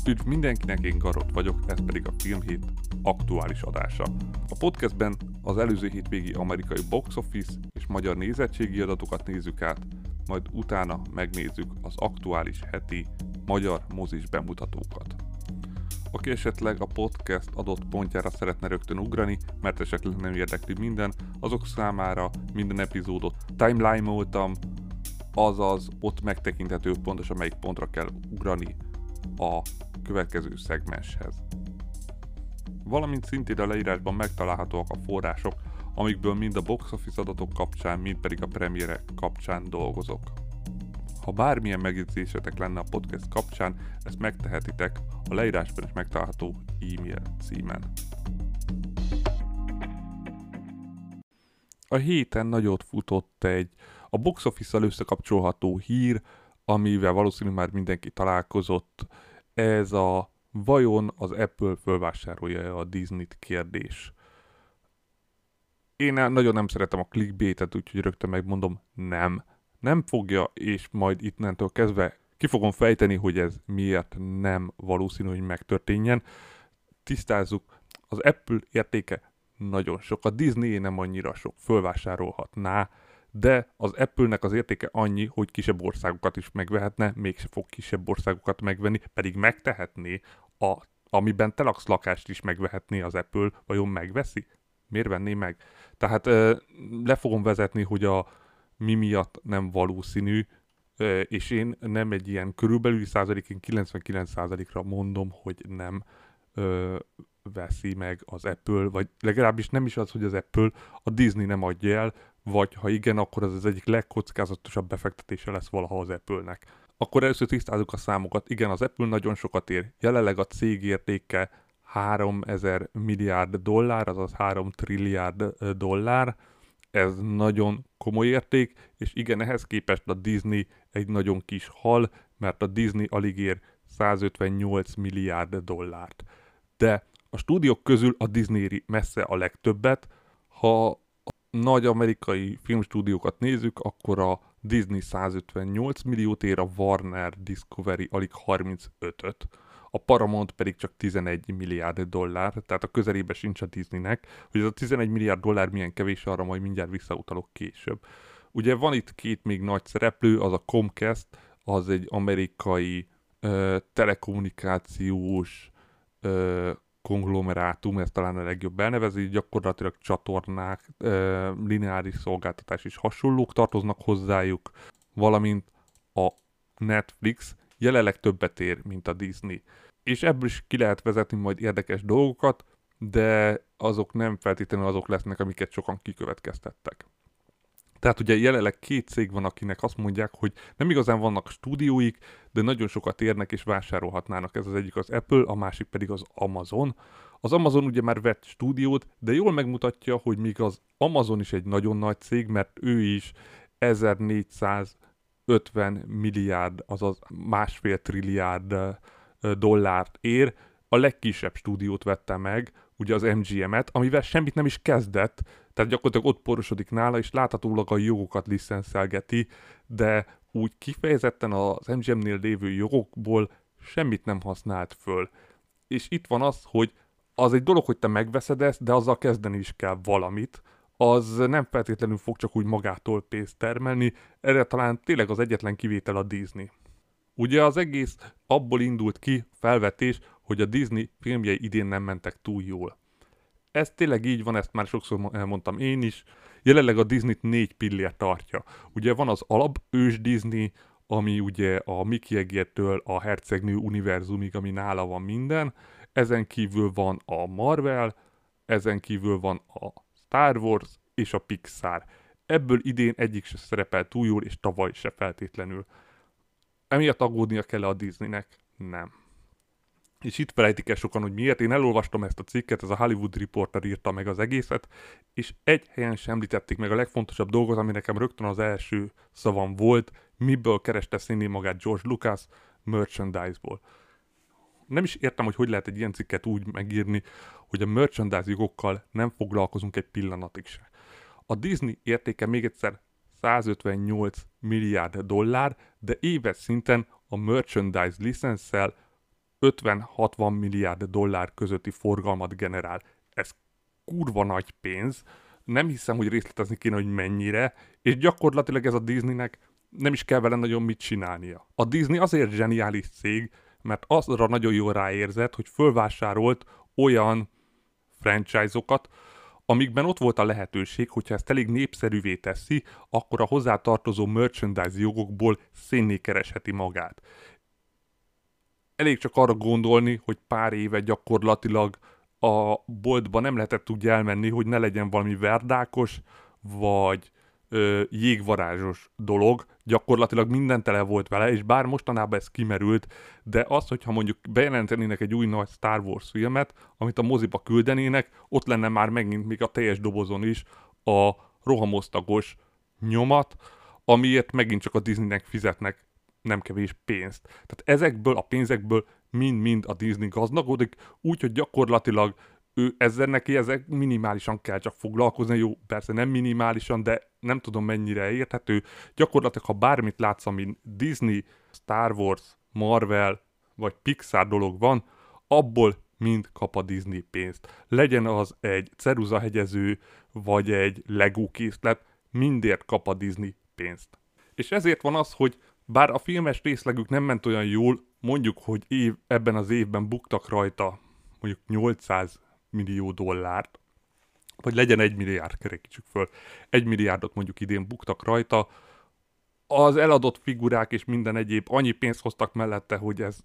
Üdv mindenkinek, én Garott vagyok, ez pedig a Filmhét aktuális adása. A podcastben az előző hétvégi amerikai box office és magyar nézettségi adatokat nézzük át, majd utána megnézzük az aktuális heti magyar mozis bemutatókat. Aki esetleg a podcast adott pontjára szeretne rögtön ugrani, mert esetleg nem érdekli minden, azok számára minden epizódot timeline-oltam, azaz ott megtekinthető pontosan melyik pontra kell ugrani a következő szegmenshez. Valamint szintén a leírásban megtalálhatóak a források, amikből mind a box office adatok kapcsán, mind pedig a premierek kapcsán dolgozok. Ha bármilyen megjegyzésetek lenne a podcast kapcsán, ezt megtehetitek a leírásban is megtalálható e-mail címen. A héten nagyot futott a box office-szal összekapcsolható hír, amivel valószínűleg már mindenki találkozott. Ez a vajon az Apple fölvásárolja a Disney-t kérdés. Én nagyon nem szeretem a clickbaitet, úgyhogy rögtön megmondom, nem fogja, és majd innentől kezdve ki fogom fejteni, hogy ez miért nem valószínű, hogy megtörténjen. Tisztázzuk, az Apple értéke nagyon sok, a Disney nem annyira sok, fölvásárolhatná, de az Apple-nek az értéke annyi, hogy kisebb országokat is megvehetne, mégse fog kisebb országokat megvenni, pedig megtehetné, amiben te laksz lakást is megvehetné az Apple, vajon megveszi? Miért venné meg? Tehát le fogom vezetni, hogy mi miatt nem valószínű, és én nem egy ilyen körülbelül százalék, én 99%-ra mondom, hogy nem veszi meg az Apple, vagy legalábbis nem is az, hogy az Apple, a Disney nem adja el, vagy ha igen, akkor az egyik legkockázatosabb befektetése lesz valaha az Apple-nek. Akkor először tisztázzuk a számokat. Igen, az Apple nagyon sokat ér. Jelenleg a cég értéke 3000 milliárd dollár, azaz 3 trilliárd dollár. Ez nagyon komoly érték, és igen, ehhez képest a Disney egy nagyon kis hal, mert a Disney alig ér 158 milliárd dollárt. De a stúdiók közül a Disney éri messze a legtöbbet. Ha nagy amerikai filmstúdiókat nézzük, akkor a Disney 158 milliót ér, a Warner Discovery alig 35-öt, a Paramount pedig csak 11 milliárd dollár, tehát a közelébe sincs a Disneynek. Hogy ez a 11 milliárd dollár milyen kevés, arra majd mindjárt visszautalok később. Ugye van itt két még nagy szereplő, az a Comcast, az egy amerikai telekommunikációs konglomerátum, ez talán a legjobb elnevezés, gyakorlatilag csatornák, lineáris szolgáltatás és hasonlók tartoznak hozzájuk, valamint a Netflix jelenleg többet ér, mint a Disney. És ebből is ki lehet vezetni majd érdekes dolgokat, de azok nem feltétlenül azok lesznek, amiket sokan kikövetkeztettek. Tehát ugye jelenleg két cég van, akinek azt mondják, hogy nem igazán vannak stúdióik, de nagyon sokat érnek és vásárolhatnának. Ez az egyik az Apple, a másik pedig az Amazon. Az Amazon ugye már vett stúdiót, de jól megmutatja, hogy még az Amazon is egy nagyon nagy cég, mert ő is 1450 milliárd, azaz 1,5 trilliárd dollárt ér. A legkisebb stúdiót vette meg, ugye az MGM-et, amivel semmit nem is kezdett, tehát gyakorlatilag ott porosodik nála, és láthatólag a jogokat licenszelgeti, de úgy kifejezetten az MGM-nél lévő jogokból semmit nem használt föl. És itt van az, hogy az egy dolog, hogy te megveszed ezt, de azzal kezdeni is kell valamit, az nem feltétlenül fog csak úgy magától pénzt termelni, erre talán tényleg az egyetlen kivétel a Disney. Ugye az egész abból indult ki felvetés, hogy a Disney filmjei idén nem mentek túl jól. Ez tényleg így van, ezt már sokszor elmondtam én is. Jelenleg a Disney-t 4 pillér tartja. Ugye van az alap ős Disney, ami ugye a Mickey egértől a Hercegnő univerzumig, ami nála van minden. Ezen kívül van a Marvel, ezen kívül van a Star Wars és a Pixar. Ebből idén egyik se szerepel túl jól, és tavaly se feltétlenül. Emiatt aggódnia kell a Disneynek? Nem. És itt felejtik el sokan, hogy miért. Én elolvastam ezt a cikket, ez a Hollywood Reporter írta meg az egészet, és egy helyen sem említették meg a legfontosabb dolgot, ami nekem rögtön az első szavam volt, miből kereste színén magát George Lucas, merchandise-ból. Nem is értem, hogy lehet egy ilyen cikket úgy megírni, hogy a merchandise jogokkal nem foglalkozunk egy pillanatig se. A Disney értéke még egyszer 158 milliárd dollár, de éves szinten a merchandise licenszel 50-60 milliárd dollár közötti forgalmat generál. Ez kurva nagy pénz, nem hiszem, hogy részletezni kéne, hogy mennyire, és gyakorlatilag ez a Disneynek nem is kell vele nagyon mit csinálnia. A Disney azért zseniális cég, mert azra nagyon jól ráérzett, hogy fölvásárolt olyan franchise-okat, amikben ott volt a lehetőség, hogyha ezt elég népszerűvé teszi, akkor a hozzátartozó merchandise jogokból szénné keresheti magát. Elég csak arra gondolni, hogy pár éve gyakorlatilag a boltba nem lehetett úgy elmenni, hogy ne legyen valami verdákos, vagy jégvarázsos dolog, gyakorlatilag minden tele volt vele, és bár mostanában ez kimerült, de az, hogyha mondjuk bejelentenének egy új nagy Star Wars filmet, amit a moziba küldenének, ott lenne már megint még a teljes dobozon is a rohamosztagos nyomat, amiért megint csak a Disneynek fizetnek nem kevés pénzt. Tehát ezekből a pénzekből mind-mind a Disney gazdagodik, úgyhogy gyakorlatilag ő ezzel neki ezek minimálisan kell csak foglalkozni, jó, persze nem minimálisan, de nem tudom mennyire érthető. Gyakorlatilag, ha bármit látsz, ami Disney, Star Wars, Marvel vagy Pixar dolog van, abból mind kap a Disney pénzt. Legyen az egy ceruzahegyező, vagy egy Lego készlet, mindért kap a Disney pénzt. És ezért van az, hogy bár a filmes részlegük nem ment olyan jól, mondjuk, hogy ebben az évben buktak rajta mondjuk 800 millió dollárt, vagy legyen 1 milliárd, kerekítsük föl, 1 milliárdot mondjuk idén buktak rajta, az eladott figurák és minden egyéb annyi pénzt hoztak mellette, hogy ez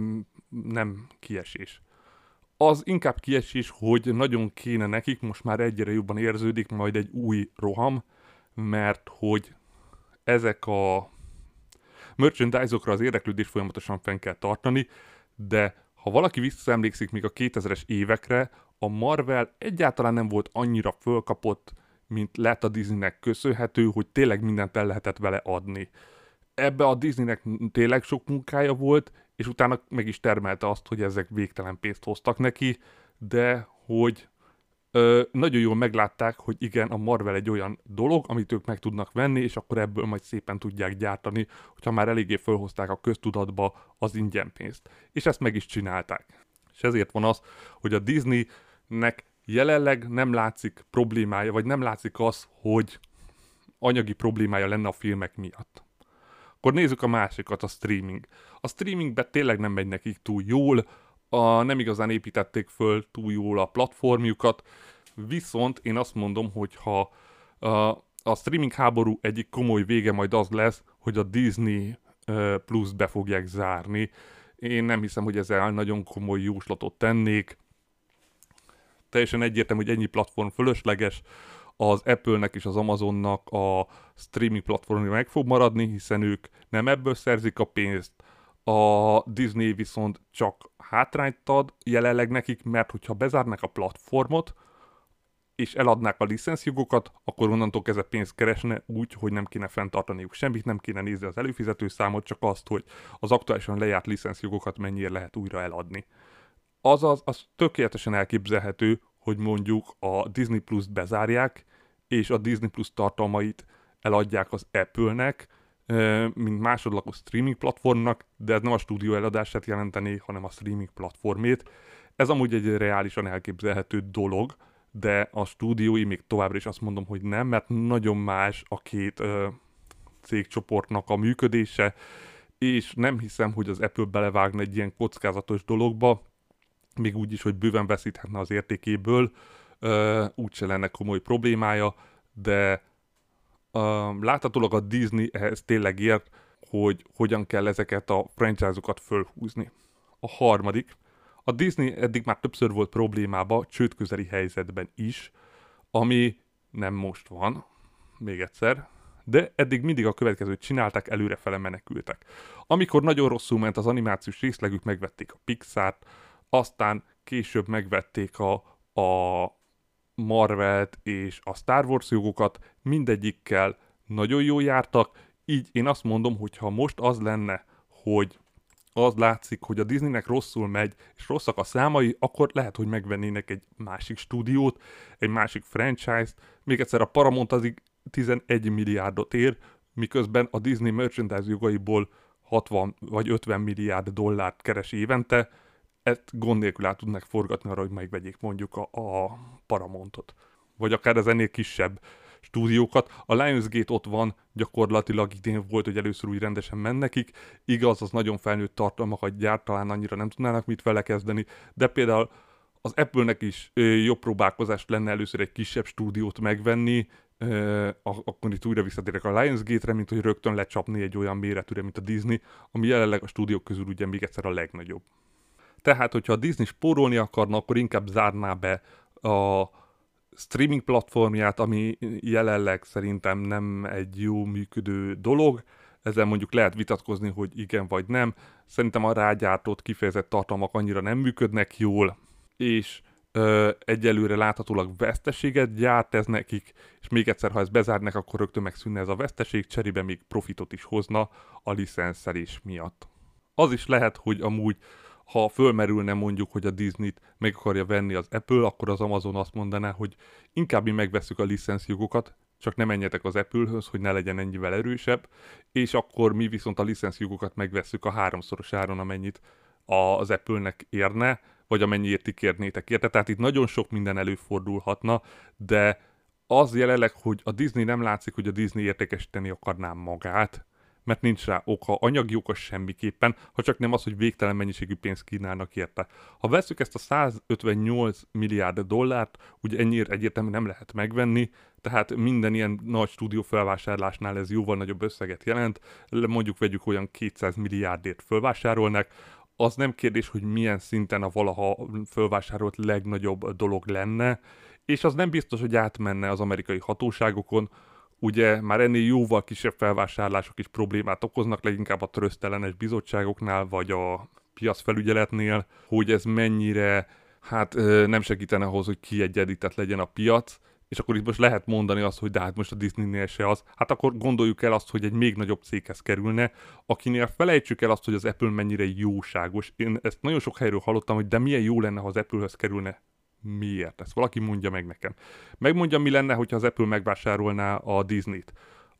nem kiesés. Az inkább kiesés, hogy nagyon kéne nekik, most már egyre jobban érződik majd egy új roham, mert hogy ezek a merchandise-okra az érdeklődést folyamatosan fenn kell tartani, de ha valaki visszaemlékszik még a 2000-es évekre, a Marvel egyáltalán nem volt annyira fölkapott, mint lett a Disneynek köszönhető, hogy tényleg mindent el lehetett vele adni. Ebbe a Disneynek tényleg sok munkája volt, és utána meg is termelte azt, hogy ezek végtelen pénzt hoztak neki, de hogy nagyon jól meglátták, hogy igen, a Marvel egy olyan dolog, amit ők meg tudnak venni, és akkor ebből majd szépen tudják gyártani, hogyha már eléggé fölhozták a köztudatba az ingyen pénzt. És ezt meg is csinálták. És ezért van az, hogy a Disneynek jelenleg nem látszik problémája, vagy nem látszik az, hogy anyagi problémája lenne a filmek miatt. Akkor nézzük a másikat, a streaming. A streamingben tényleg nem megy nekik túl jól, nem igazán építették föl túl jól a platformjukat, viszont én azt mondom, hogy ha a streaming háború egyik komoly vége majd az lesz, hogy a Disney Plus be fogják zárni. Én nem hiszem, hogy ezzel nagyon komoly jóslatot tennék. Teljesen egyértelmű, hogy ennyi platform fölösleges, az Apple-nek és az Amazonnak a streaming platformja meg fog maradni, hiszen ők nem ebből szerzik a pénzt, a Disney viszont csak hátrányt ad jelenleg nekik, mert hogyha bezárnák a platformot, és eladnák a licenszjogokat, akkor onnantól kezdve pénzt keresne úgy, hogy nem kéne fenntartaniuk semmit, nem kéne nézni az előfizető számot, csak azt, hogy az aktuálisan lejárt licenszjogokat mennyire lehet újra eladni. Azaz, az tökéletesen elképzelhető, hogy mondjuk a Disney Plus-t bezárják, és a Disney Plus tartalmait eladják az Apple-nek, mint másodlagos streaming platformnak, de ez nem a stúdió eladását jelenteni, hanem a streaming platformét. Ez amúgy egy reálisan elképzelhető dolog, de a stúdiói még továbbra is azt mondom, hogy nem, mert nagyon más a két cégcsoportnak a működése, és nem hiszem, hogy az Apple belevágna egy ilyen kockázatos dologba, még úgy is, hogy bőven veszíthetne az értékéből, úgyse lenne komoly problémája, de láthatólag a Disney ehhez tényleg ért, hogy hogyan kell ezeket a franchise-okat fölhúzni. A harmadik, a Disney eddig már többször volt problémába, csődközeli helyzetben is, ami nem most van, még egyszer, de eddig mindig a következőt csinálták, előrefele menekültek. Amikor nagyon rosszul ment az animációs részlegük, megvették a Pixart, aztán később megvették a Marvelt és a Star Wars jogokat, mindegyikkel nagyon jól jártak, így én azt mondom, hogy ha most az lenne, hogy az látszik, hogy a Disneynek rosszul megy, és rosszak a számai, akkor lehet, hogy megvennének egy másik stúdiót, egy másik franchise-t. Még egyszer a Paramount az 11 milliárdot ér, miközben a Disney merchandise jogaiból 60 vagy 50 milliárd dollárt keres évente. ezt gond nélkül át tudnak forgatni arra, hogy megvegyék mondjuk a Paramountot. Vagy akár az ennél kisebb stúdiókat. A Lionsgate ott van, gyakorlatilag idén volt, hogy először úgy rendesen mennek nekik. Igaz, az nagyon felnőtt tartalmakat gyárt, talán annyira nem tudnának mit vele kezdeni, de például az Apple-nek is jobb próbálkozást lenne először egy kisebb stúdiót megvenni, akkor itt újra visszatérek a Lionsgate-re, mint hogy rögtön lecsapni egy olyan méretűre, mint a Disney, ami jelenleg a stúdiók közül ugye még egyszer a legnagyobb. Tehát, hogyha a Disney spórolni akarna, akkor inkább zárná be a streaming platformját, ami jelenleg szerintem nem egy jó működő dolog. Ezzel mondjuk lehet vitatkozni, hogy igen vagy nem. Szerintem a rágyártott kifejezett tartalmak annyira nem működnek jól, és egyelőre láthatólag veszteséget gyárt ez nekik, és még egyszer, ha ezt bezárnak, akkor rögtön megszűnne ez a veszteség, cserébe még profitot is hozna a licenszelés miatt. Az is lehet, hogy amúgy ha fölmerülne mondjuk, hogy a Disney-t meg akarja venni az Apple, akkor az Amazon azt mondaná, hogy inkább mi megveszük a licenszjogokat, csak ne menjetek az Apple-höz, hogy ne legyen ennyivel erősebb, és akkor mi viszont a licenszjogokat megvesszük a 3-szoros áron, amennyit az Apple-nek érne, vagy amennyiért ti kérnétek érte. Tehát itt nagyon sok minden előfordulhatna, de az jelenleg, hogy a Disney nem látszik, hogy a Disney értékesíteni akarná magát, mert nincs rá oka, anyagi oka semmiképpen, ha csak nem az, hogy végtelen mennyiségű pénzt kínálnak érte. Ha veszük ezt a 158 milliárd dollárt, ugye ennyire egyértelműen nem lehet megvenni, tehát minden ilyen nagy stúdió felvásárlásnál ez jóval nagyobb összeget jelent, mondjuk vegyük olyan 200 milliárdért felvásárolnak, az nem kérdés, hogy milyen szinten a valaha felvásárolt legnagyobb dolog lenne, és az nem biztos, hogy átmenne az amerikai hatóságokon, ugye már ennél jóval kisebb felvásárlások is problémát okoznak, leginkább a trösztelenes bizottságoknál, vagy a piacfelügyeletnél, hogy ez mennyire nem segítene ahhoz, hogy kiegyenlített legyen a piac, és akkor itt most lehet mondani azt, hogy de hát most a Disneynél se az. Hát akkor gondoljuk el azt, hogy egy még nagyobb céghez kerülne, akinél felejtsük el azt, hogy az Apple mennyire jóságos. Én ezt nagyon sok helyről hallottam, hogy de milyen jó lenne, ha az Applehez kerülne. Miért? Ezt valaki mondja meg nekem. Megmondja, mi lenne, hogyha az Apple megvásárolná a Disney-t.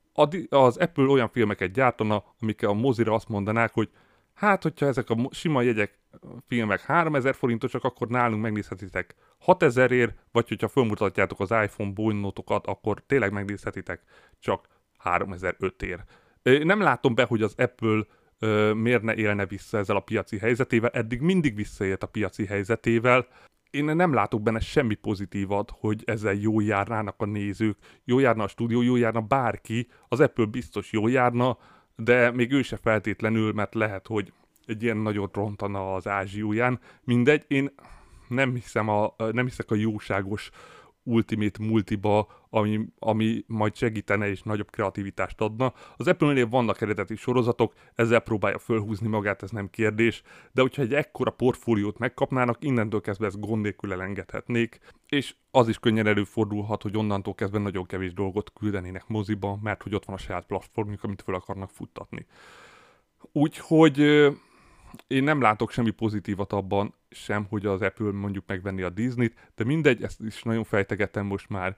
Az Apple olyan filmeket gyártana, amik a mozira azt mondanák, hogy hát, hogyha ezek a sima jegyek, filmek 3000 forintosak, akkor nálunk megnézhetitek 6000-ért, vagy hogyha felmutatjátok az iPhone bonynotokat, akkor tényleg megnézhetitek csak 3005-ért. Nem látom be, hogy az Apple miért ne élne vissza ezzel a piaci helyzetével, eddig mindig visszaélt a piaci helyzetével. Én nem látok benne semmi pozitívat, hogy ezzel jól járnának a nézők, jól járna a stúdió, jól járna bárki, az Apple biztos jól járna, de még ő se feltétlenül, mert lehet, hogy egy ilyen nagyot rontana az ázsióján. Mindegy, én nem hiszek a jóságos Ultimate Multiba, ami majd segítene és nagyobb kreativitást adna. Az Apple-nél vannak eredeti sorozatok, ezzel próbálja fölhúzni magát, ez nem kérdés, de hogyha egy ekkora portfóliót megkapnának, innentől kezdve ezt gond nélkül elengedhetnék, és az is könnyen előfordulhat, hogy onnantól kezdve nagyon kevés dolgot küldenének moziba, mert hogy ott van a saját platformjuk, amit fel akarnak futtatni. Úgyhogy én nem látok semmi pozitívat abban sem, hogy az Apple mondjuk megvenni a Disney-t, de mindegy, ezt is nagyon fejtegettem most már.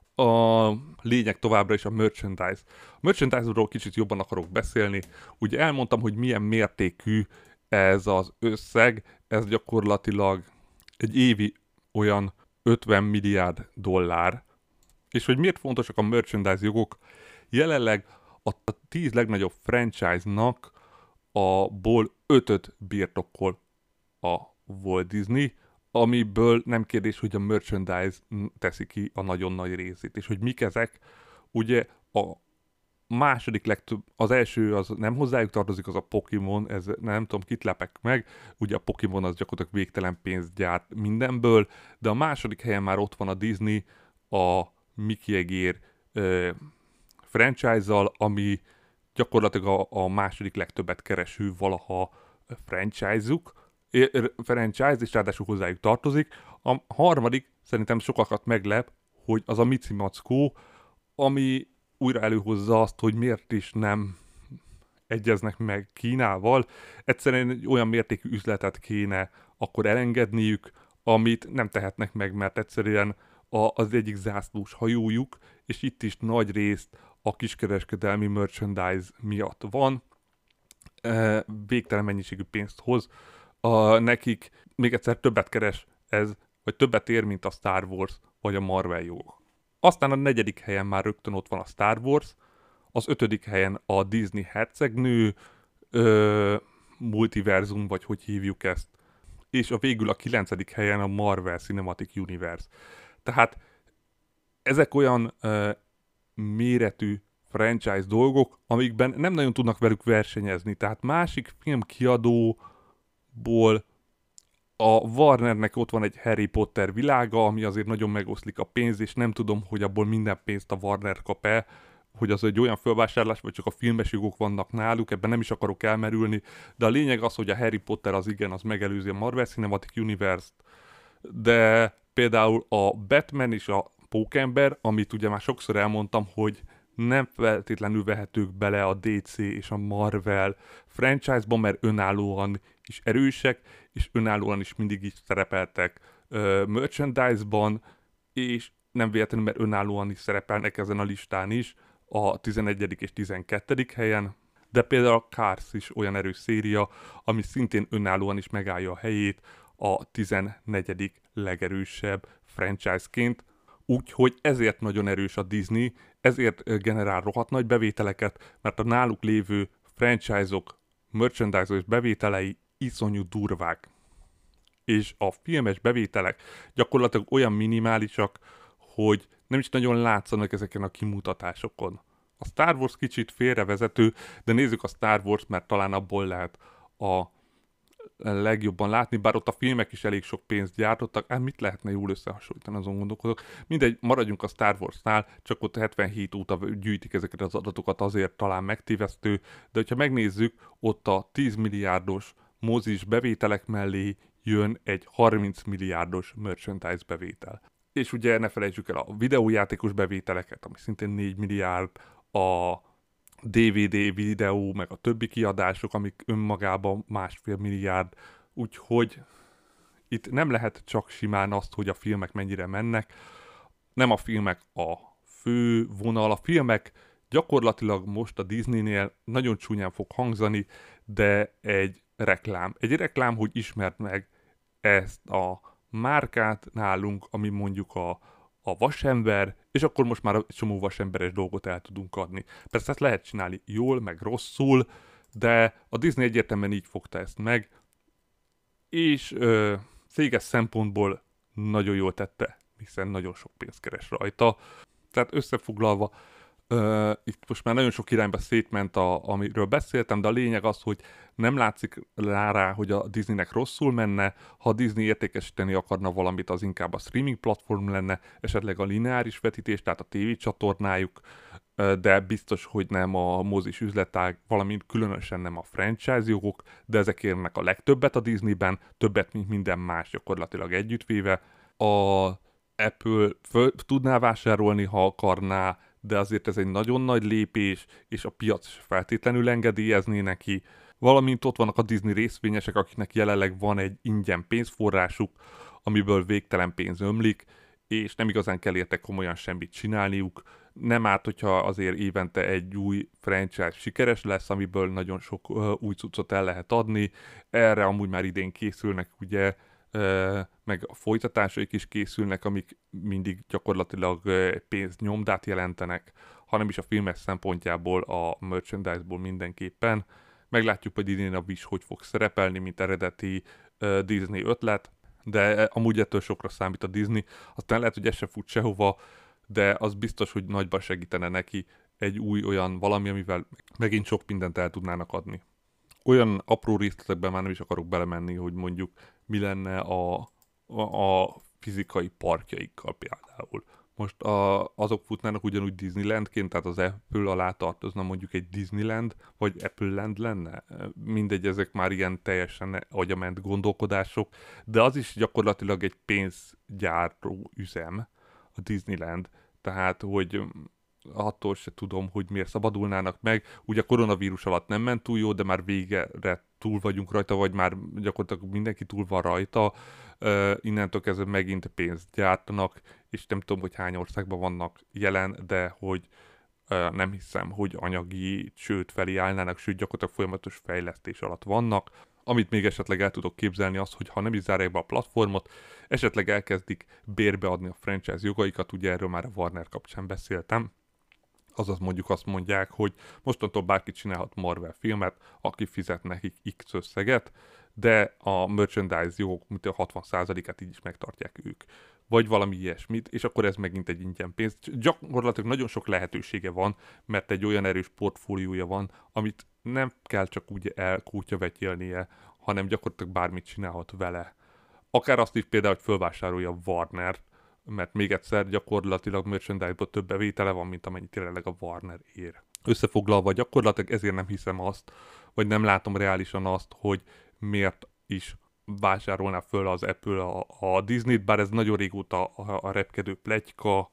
A lényeg továbbra is a merchandise. A merchandise-ról kicsit jobban akarok beszélni. Ugye elmondtam, hogy milyen mértékű ez az összeg, ez gyakorlatilag egy évi olyan 50 milliárd dollár. És hogy miért fontosak a merchandise jogok? Jelenleg a 10 legnagyobb franchise-nak ból 5-öt birtokol a Walt Disney, amiből nem kérdés, hogy a merchandise teszi ki a nagyon nagy részét. És hogy mik ezek, ugye a második legtöbb, az első az nem hozzájuk tartozik, az a Pokémon, ez nem tudom, kit lepek meg, ugye a Pokémon az gyakorlatilag végtelen pénzt gyárt mindenből, de a második helyen már ott van a Disney, a Mickey Egér franchise-zal, ami gyakorlatilag a második legtöbbet kereső valaha franchise, és ráadásul hozzájuk tartozik. A harmadik szerintem sokakat meglep, hogy az a Mici Mackó, ami újra előhozza azt, hogy miért is nem egyeznek meg Kínával. Egyszerűen egy olyan mértékű üzletet kéne akkor elengedniük, amit nem tehetnek meg, mert egyszerűen az egyik zászlós hajójuk, és itt is nagy részt a kiskereskedelmi merchandise miatt van. Végtelen mennyiségű pénzt hoz nekik még egyszer többet keres ez, vagy többet ér, mint a Star Wars, vagy a Marvel jogok. Aztán a 4. helyen már rögtön ott van a Star Wars, az 5. helyen a Disney hercegnő, multiverzum, vagy hogy hívjuk ezt, és végül a 9. helyen a Marvel Cinematic Universe. Tehát ezek olyan méretű franchise dolgok, amikben nem nagyon tudnak velük versenyezni. Tehát másik filmkiadóból a Warnernek ott van egy Harry Potter világa, ami azért nagyon megoszlik a pénz, és nem tudom, hogy abból minden pénzt a Warner kap-e, hogy az egy olyan fölvásárlás, vagy csak a filmes jogok vannak náluk, ebben nem is akarok elmerülni, de a lényeg az, hogy a Harry Potter az igen, az megelőzi a Marvel Cinematic Universe-t, de például a Batman és a Pókember, amit ugye már sokszor elmondtam, hogy nem feltétlenül vehetők bele a DC és a Marvel franchise-ba, mert önállóan is erősek, és önállóan is mindig is szerepeltek merchandise-ban, és nem véletlenül, mert önállóan is szerepelnek ezen a listán is, a 11. és 12. helyen, de például a Cars is olyan erős széria, ami szintén önállóan is megállja a helyét a 14. legerősebb franchise-ként, úgyhogy ezért nagyon erős a Disney, ezért generál rohadt nagy bevételeket, mert a náluk lévő franchise-ok, merchandise-os bevételei iszonyú durvák. És a filmes bevételek gyakorlatilag olyan minimálisak, hogy nem is nagyon látszanak ezeken a kimutatásokon. A Star Wars kicsit félrevezető, de nézzük a Star Wars, mert talán abból lehet a legjobban látni, bár ott a filmek is elég sok pénzt gyártottak, mit lehetne jól összehasonlítani, azon gondolkodok. Mindegy, maradjunk a Star Warsnál, csak ott 77 óta gyűjtik ezeket az adatokat, azért talán megtévesztő, de hogyha megnézzük, ott a 10 milliárdos mozis bevételek mellé jön egy 30 milliárdos merchandise bevétel. És ugye ne felejtsük el a videójátékos bevételeket, ami szintén 4 milliárd, a DVD, videó, meg a többi kiadások, amik önmagában 1,5 milliárd, úgyhogy itt nem lehet csak simán azt, hogy a filmek mennyire mennek. Nem a filmek a fő vonal, a filmek gyakorlatilag most a Disneynél nagyon csúnyán fog hangzani, de egy reklám. Egy reklám, hogy ismerd meg ezt a márkát nálunk, ami mondjuk a vasember, és akkor most már egy csomó vasemberes dolgot el tudunk adni. Persze ezt lehet csinálni jól, meg rosszul, de a Disney egyértelműen így fogta ezt meg, és céges szempontból nagyon jól tette, hiszen nagyon sok pénzt keres rajta. Tehát összefoglalva, itt most már nagyon sok irányba szétment, amiről beszéltem, de a lényeg az, hogy nem látszik rá, hogy a Disneynek rosszul menne. Ha a Disney értékesíteni akarna valamit, az inkább a streaming platform lenne, esetleg a lineáris vetítés, tehát a tévécsatornájuk, de biztos, hogy nem a mozis üzletág, valamint különösen nem a franchise jogok, de ezek érnek a legtöbbet a Disneyben, többet, mint minden más gyakorlatilag együttvéve. A Apple tudná vásárolni, ha akarná, de azért ez egy nagyon nagy lépés, és a piac feltétlenül engedélyezné neki. Valamint ott vannak a Disney részvényesek, akiknek jelenleg van egy ingyen pénzforrásuk, amiből végtelen pénz ömlik, és nem igazán kell érte komolyan semmit csinálniuk. Nem árt, hogyha azért évente egy új franchise sikeres lesz, amiből nagyon sok új cuccot el lehet adni. Erre amúgy már idén készülnek, ugye, meg a folytatásaik is készülnek, amik mindig gyakorlatilag pénznyomdát jelentenek, hanem is a filmes szempontjából, a merchandise-ból mindenképpen. Meglátjuk, hogy idén a Wish hogy fog szerepelni, mint eredeti Disney ötlet, de amúgy ettől sokra számít a Disney. Aztán lehet, hogy ez se fut sehova, de az biztos, hogy nagyban segítene neki egy új olyan valami, amivel megint sok mindent el tudnának adni. Olyan apró részletekben már nem is akarok belemenni, hogy mondjuk mi lenne a fizikai parkjaikkal például. Most azok futnának ugyanúgy Disneylandként, tehát az Apple alá tartozna mondjuk egy Disneyland, vagy Apple Land lenne. Mindegy, ezek már ilyen teljesen agyament gondolkodások, de az is gyakorlatilag egy pénzgyártó üzem, a Disneyland, tehát hogy attól se tudom, hogy miért szabadulnának meg. Ugye a koronavírus alatt nem ment túl jó, de már végre túl vagyunk rajta, vagy már gyakorlatilag mindenki túl van rajta. Innentől kezdve megint pénzt gyártanak, és nem tudom, hogy hány országban vannak jelen, de hogy nem hiszem, hogy anyagi csőd felé állnának, sőt gyakorlatilag folyamatos fejlesztés alatt vannak. Amit még esetleg el tudok képzelni az, hogy ha nem is zárják be a platformot, esetleg elkezdik bérbeadni a franchise jogaikat, ugye erről már a Warner kapcsán beszéltem. Azaz mondjuk azt mondják, hogy mostantól bárki csinálhat Marvel filmet, aki fizet nekik X összeget, de a merchandise jogok, mint a 60%-át így is megtartják ők. Vagy valami ilyesmit, és akkor ez megint egy ingyen pénz. Gyakorlatilag nagyon sok lehetősége van, mert egy olyan erős portfóliója van, amit nem kell csak úgy elkútyavetjelnie, hanem gyakorlatilag bármit csinálhat vele. Akár azt is például, hogy fölvásárolja Warner, mert még egyszer gyakorlatilag merchandise-ból több bevétele van, mint amennyit jelenleg a Warner ér. Összefoglalva gyakorlatilag ezért nem hiszem azt, vagy nem látom reálisan azt, hogy miért is vásárolná föl az Apple a Disney-t, bár ez nagyon régóta a repkedő pletyka,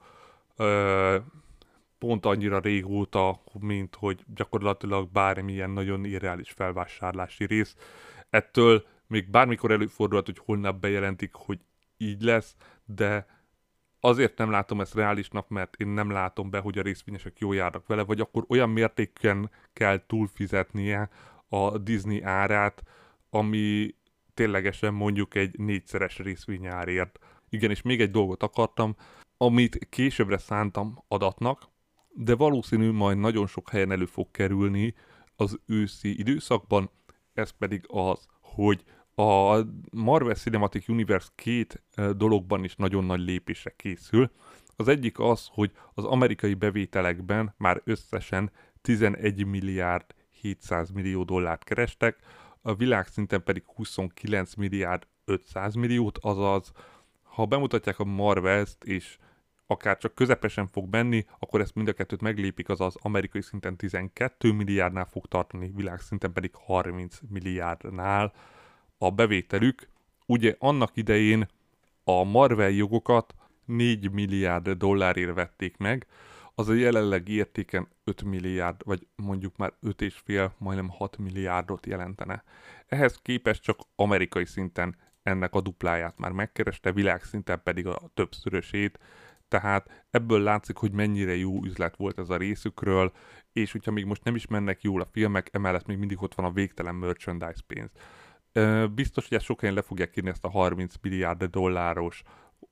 pont annyira régóta, mint hogy gyakorlatilag bármilyen nagyon irreális felvásárlási rész. Ettől még bármikor előfordulhat, hogy holnap bejelentik, hogy így lesz, de azért nem látom ezt reálisnak, mert én nem látom be, hogy a részvényesek jól járnak vele, vagy akkor olyan mértékben kell túlfizetnie a Disney árát, ami ténylegesen mondjuk egy 4-szeres részvényárért. Igen, és még egy dolgot akartam, amit későbbre szántam adatnak, de valószínű majd nagyon sok helyen elő fog kerülni az őszi időszakban, ez pedig az, hogy a Marvel Cinematic Universe két dologban is nagyon nagy lépésre készül. Az egyik az, hogy az amerikai bevételekben már összesen 11 milliárd 700 millió dollárt kerestek, a világszinten pedig 29 milliárd 500 milliót, azaz ha bemutatják a Marvelt és akár csak közepesen fog menni, akkor ezt mind a kettőt meglépik, azaz amerikai szinten 12 milliárdnál fog tartani, világszinten pedig 30 milliárdnál a bevételük. Ugye annak idején a Marvel jogokat 4 milliárd dollárért vették meg, az a jelenleg értéken 5 milliárd, vagy mondjuk már 5,5, majdnem 6 milliárdot jelentene. Ehhez képest csak amerikai szinten ennek a dupláját már megkereste, világszinten pedig a többszörösét, tehát ebből látszik, hogy mennyire jó üzlet volt ez a részükről, és hogyha még most nem is mennek jól a filmek, emellett még mindig ott van a végtelen merchandise pénz. Biztos, hogy ezt sok helyen le fogják írni ezt a 30 milliárd dolláros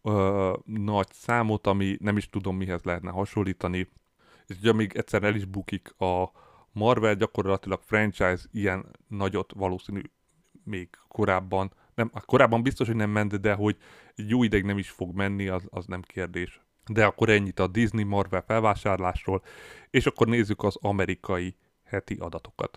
nagy számot, ami nem is tudom mihez lehetne hasonlítani, és ugye még egyszer el is bukik a Marvel, gyakorlatilag franchise ilyen nagyot valószínű még korábban, nem, korábban biztos, hogy nem ment, de hogy egy jó ideig nem is fog menni, az nem kérdés. De akkor ennyit a Disney Marvel felvásárlásról, és akkor nézzük az amerikai heti adatokat.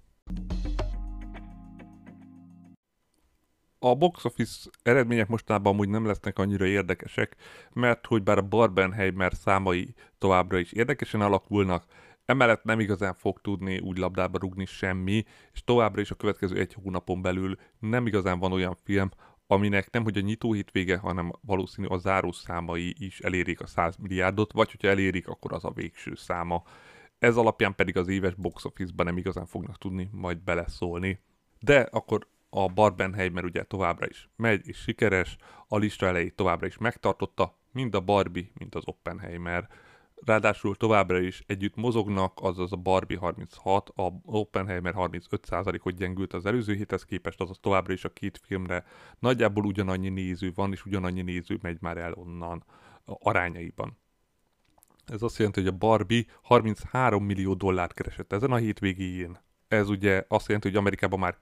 A box office eredmények mostanában amúgy nem lesznek annyira érdekesek, mert hogy bár a Barbenheimer számai továbbra is érdekesen alakulnak, emellett nem igazán fog tudni úgy labdába rugni semmi, és továbbra is a következő egy hónapon belül nem igazán van olyan film, aminek nem hogy a nyitó hétvége, hanem valószínű a záró számai is elérik a 100 milliárdot, vagy hogyha elérik, akkor az a végső száma. Ez alapján pedig az éves box office-ban nem igazán fognak tudni majd beleszólni. De akkor a Barbenheimer ugye továbbra is megy és sikeres, a lista elejét továbbra is megtartotta, mind a Barbie, mind az Oppenheimer. Ráadásul továbbra is együtt mozognak, azaz a Barbie 36, a Oppenheimer 35%-ot gyengült az előző héthez képest, azaz továbbra is a két filmre nagyjából ugyanannyi néző van, és ugyanannyi néző megy már el onnan arányaiban. Ez azt jelenti, hogy a Barbie 33 millió dollárt keresett ezen a hétvégéjén. Ez ugye azt jelenti, hogy Amerikában már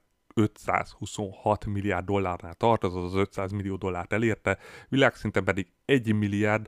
526 milliárd dollárnál tart, azaz az 500 millió dollárt elérte, világszinten pedig 1 milliárd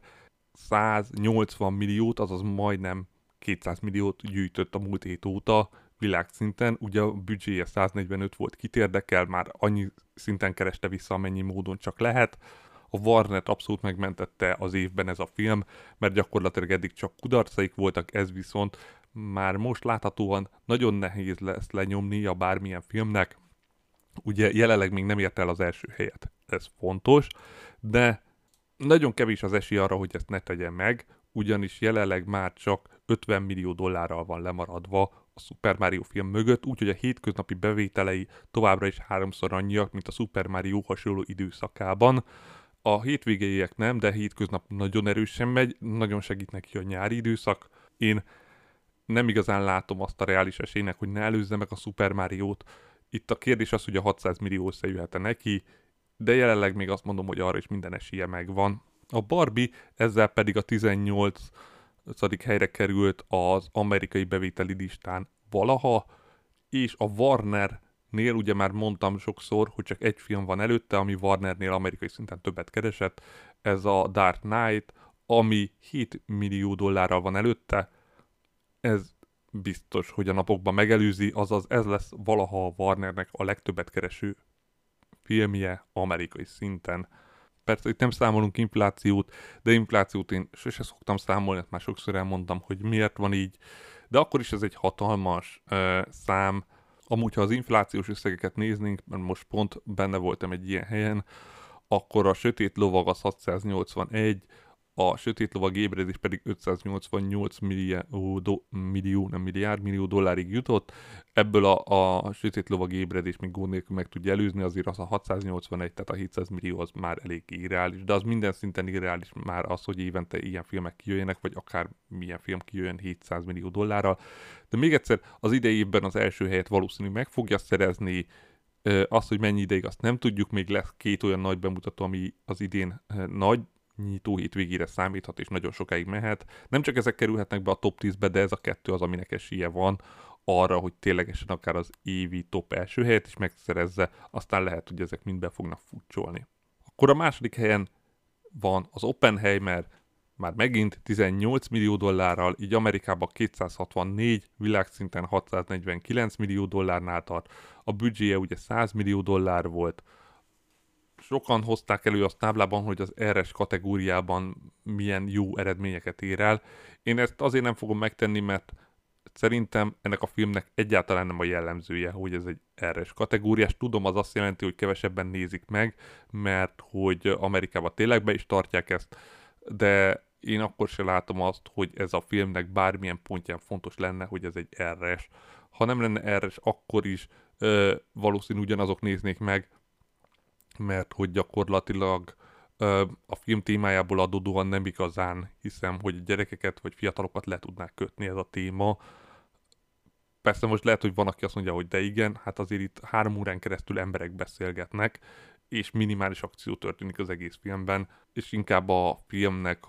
180 milliót, azaz majdnem 200 milliót gyűjtött a múlt hét óta világszinten. Ugye a büdzséje 145 volt, kit érdekel, már annyi szinten kereste vissza, amennyi módon csak lehet. A Warner abszolút megmentette az évben ez a film, mert gyakorlatilag eddig csak kudarcaik voltak, ez viszont már most láthatóan nagyon nehéz lesz lenyomni a bármilyen filmnek. Ugye jelenleg még nem ért el az első helyet, ez fontos, de nagyon kevés az esély arra, hogy ezt ne tegye meg, ugyanis jelenleg már csak 50 millió dollárral van lemaradva a Super Mario film mögött, úgyhogy a hétköznapi bevételei továbbra is 3-szor annyiak, mint a Super Mario hasonló időszakában. A hétvégéiek nem, de hétköznap nagyon erősen megy, nagyon segít neki a nyári időszak. Én nem igazán látom azt a reális esélynek, hogy ne előzze meg a Super Mario-t, Itt a kérdés az, hogy a 600 millió összejöhet-e neki, de jelenleg még azt mondom, hogy arra is minden esélye megvan. A Barbie ezzel pedig a 18. helyre került az amerikai bevételi listán valaha, és a Warnernél ugye már mondtam sokszor, hogy csak egy film van előtte, ami Warnernél amerikai szinten többet keresett, ez a Dark Knight, ami 7 millió dollárral van előtte, ez biztos, hogy a napokban megelőzi, azaz ez lesz valaha a Warnernek a legtöbbet kereső filmje amerikai szinten. Persze itt nem számolunk inflációt, de inflációt én sose szoktam számolni, már sokszor elmondtam, hogy miért van így, de akkor is ez egy hatalmas szám. Amúgy, ha az inflációs összegeket néznénk, mert most pont benne voltam egy ilyen helyen, akkor a Sötét Lovag az 681, a Sötét Lovag ébredés pedig 588 millió dollárig jutott. Ebből a Sötét Lovag ébredés még gond nélkül meg tudja előzni, azért az a 681, tehát a 700 millió az már elég irreális, de az minden szinten irreális már az, hogy évente ilyen filmek kijöjjenek, vagy akár milyen film kijöjjön 700 millió dollárral. De még egyszer, az idei évben az első helyet valószínűleg meg fogja szerezni, azt, hogy mennyi ideig, azt nem tudjuk, még lesz 2 olyan nagy bemutató, ami az idén nagy nyitó hétvégére számíthat, és nagyon sokáig mehet. Nem csak ezek kerülhetnek be a top 10-be, de ez a 2 az, aminek esélye van arra, hogy ténylegesen akár az évi top első helyet is megszerezze, aztán lehet, hogy ezek mind be fognak futcsolni. Akkor a második helyen van az Oppenheimer, már megint 18 millió dollárral, így Amerikában 264, világszinten 649 millió dollárnál tart. A büdzséje ugye 100 millió dollár volt. Sokan hozták elő azt táblában, hogy az RS kategóriában milyen jó eredményeket ér el. Én ezt azért nem fogom megtenni, mert szerintem ennek a filmnek egyáltalán nem a jellemzője, hogy ez egy RS kategóriás. Tudom, az azt jelenti, hogy kevesebben nézik meg, mert hogy Amerikában tényleg be is tartják ezt, de én akkor se látom azt, hogy ez a filmnek bármilyen pontján fontos lenne, hogy ez egy RS. Ha nem lenne RS, akkor is valószínű ugyanazok néznék meg, mert hogy gyakorlatilag a film témájából adódóan nem igazán hiszem, hogy gyerekeket vagy fiatalokat le tudnák kötni ez a téma. Persze most lehet, hogy van, aki azt mondja, hogy de igen, hát azért itt 3 órán keresztül emberek beszélgetnek, és minimális akció történik az egész filmben, és inkább a filmnek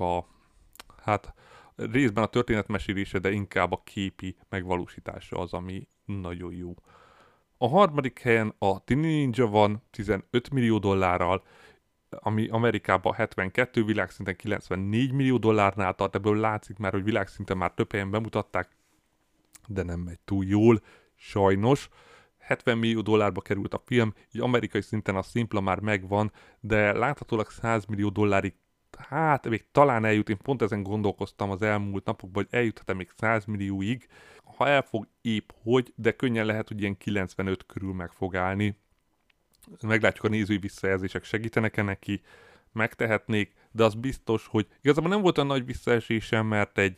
hát részben a történetmesélése, de inkább a képi megvalósítása az, ami nagyon jó. A harmadik helyen a Tini Ninja van 15 millió dollárral, ami Amerikában 72, világszinten 94 millió dollárnál tart, ebből látszik már, hogy világszinten már több helyen bemutatták, de nem megy túl jól, sajnos. 70 millió dollárba került a film, így amerikai szinten a szimpla már megvan, de láthatólag 100 millió dollárig, hát még talán eljut, én pont ezen gondolkoztam az elmúlt napokban, hogy eljuthat-e még 100 millióig, ha elfog épp hogy, de könnyen lehet, hogy ilyen 95 körül meg fog állni. Meglátjuk, a nézői visszajelzések segítenek-e neki, megtehetnék, de az biztos, hogy igazából nem volt olyan nagy visszaesésem, mert egy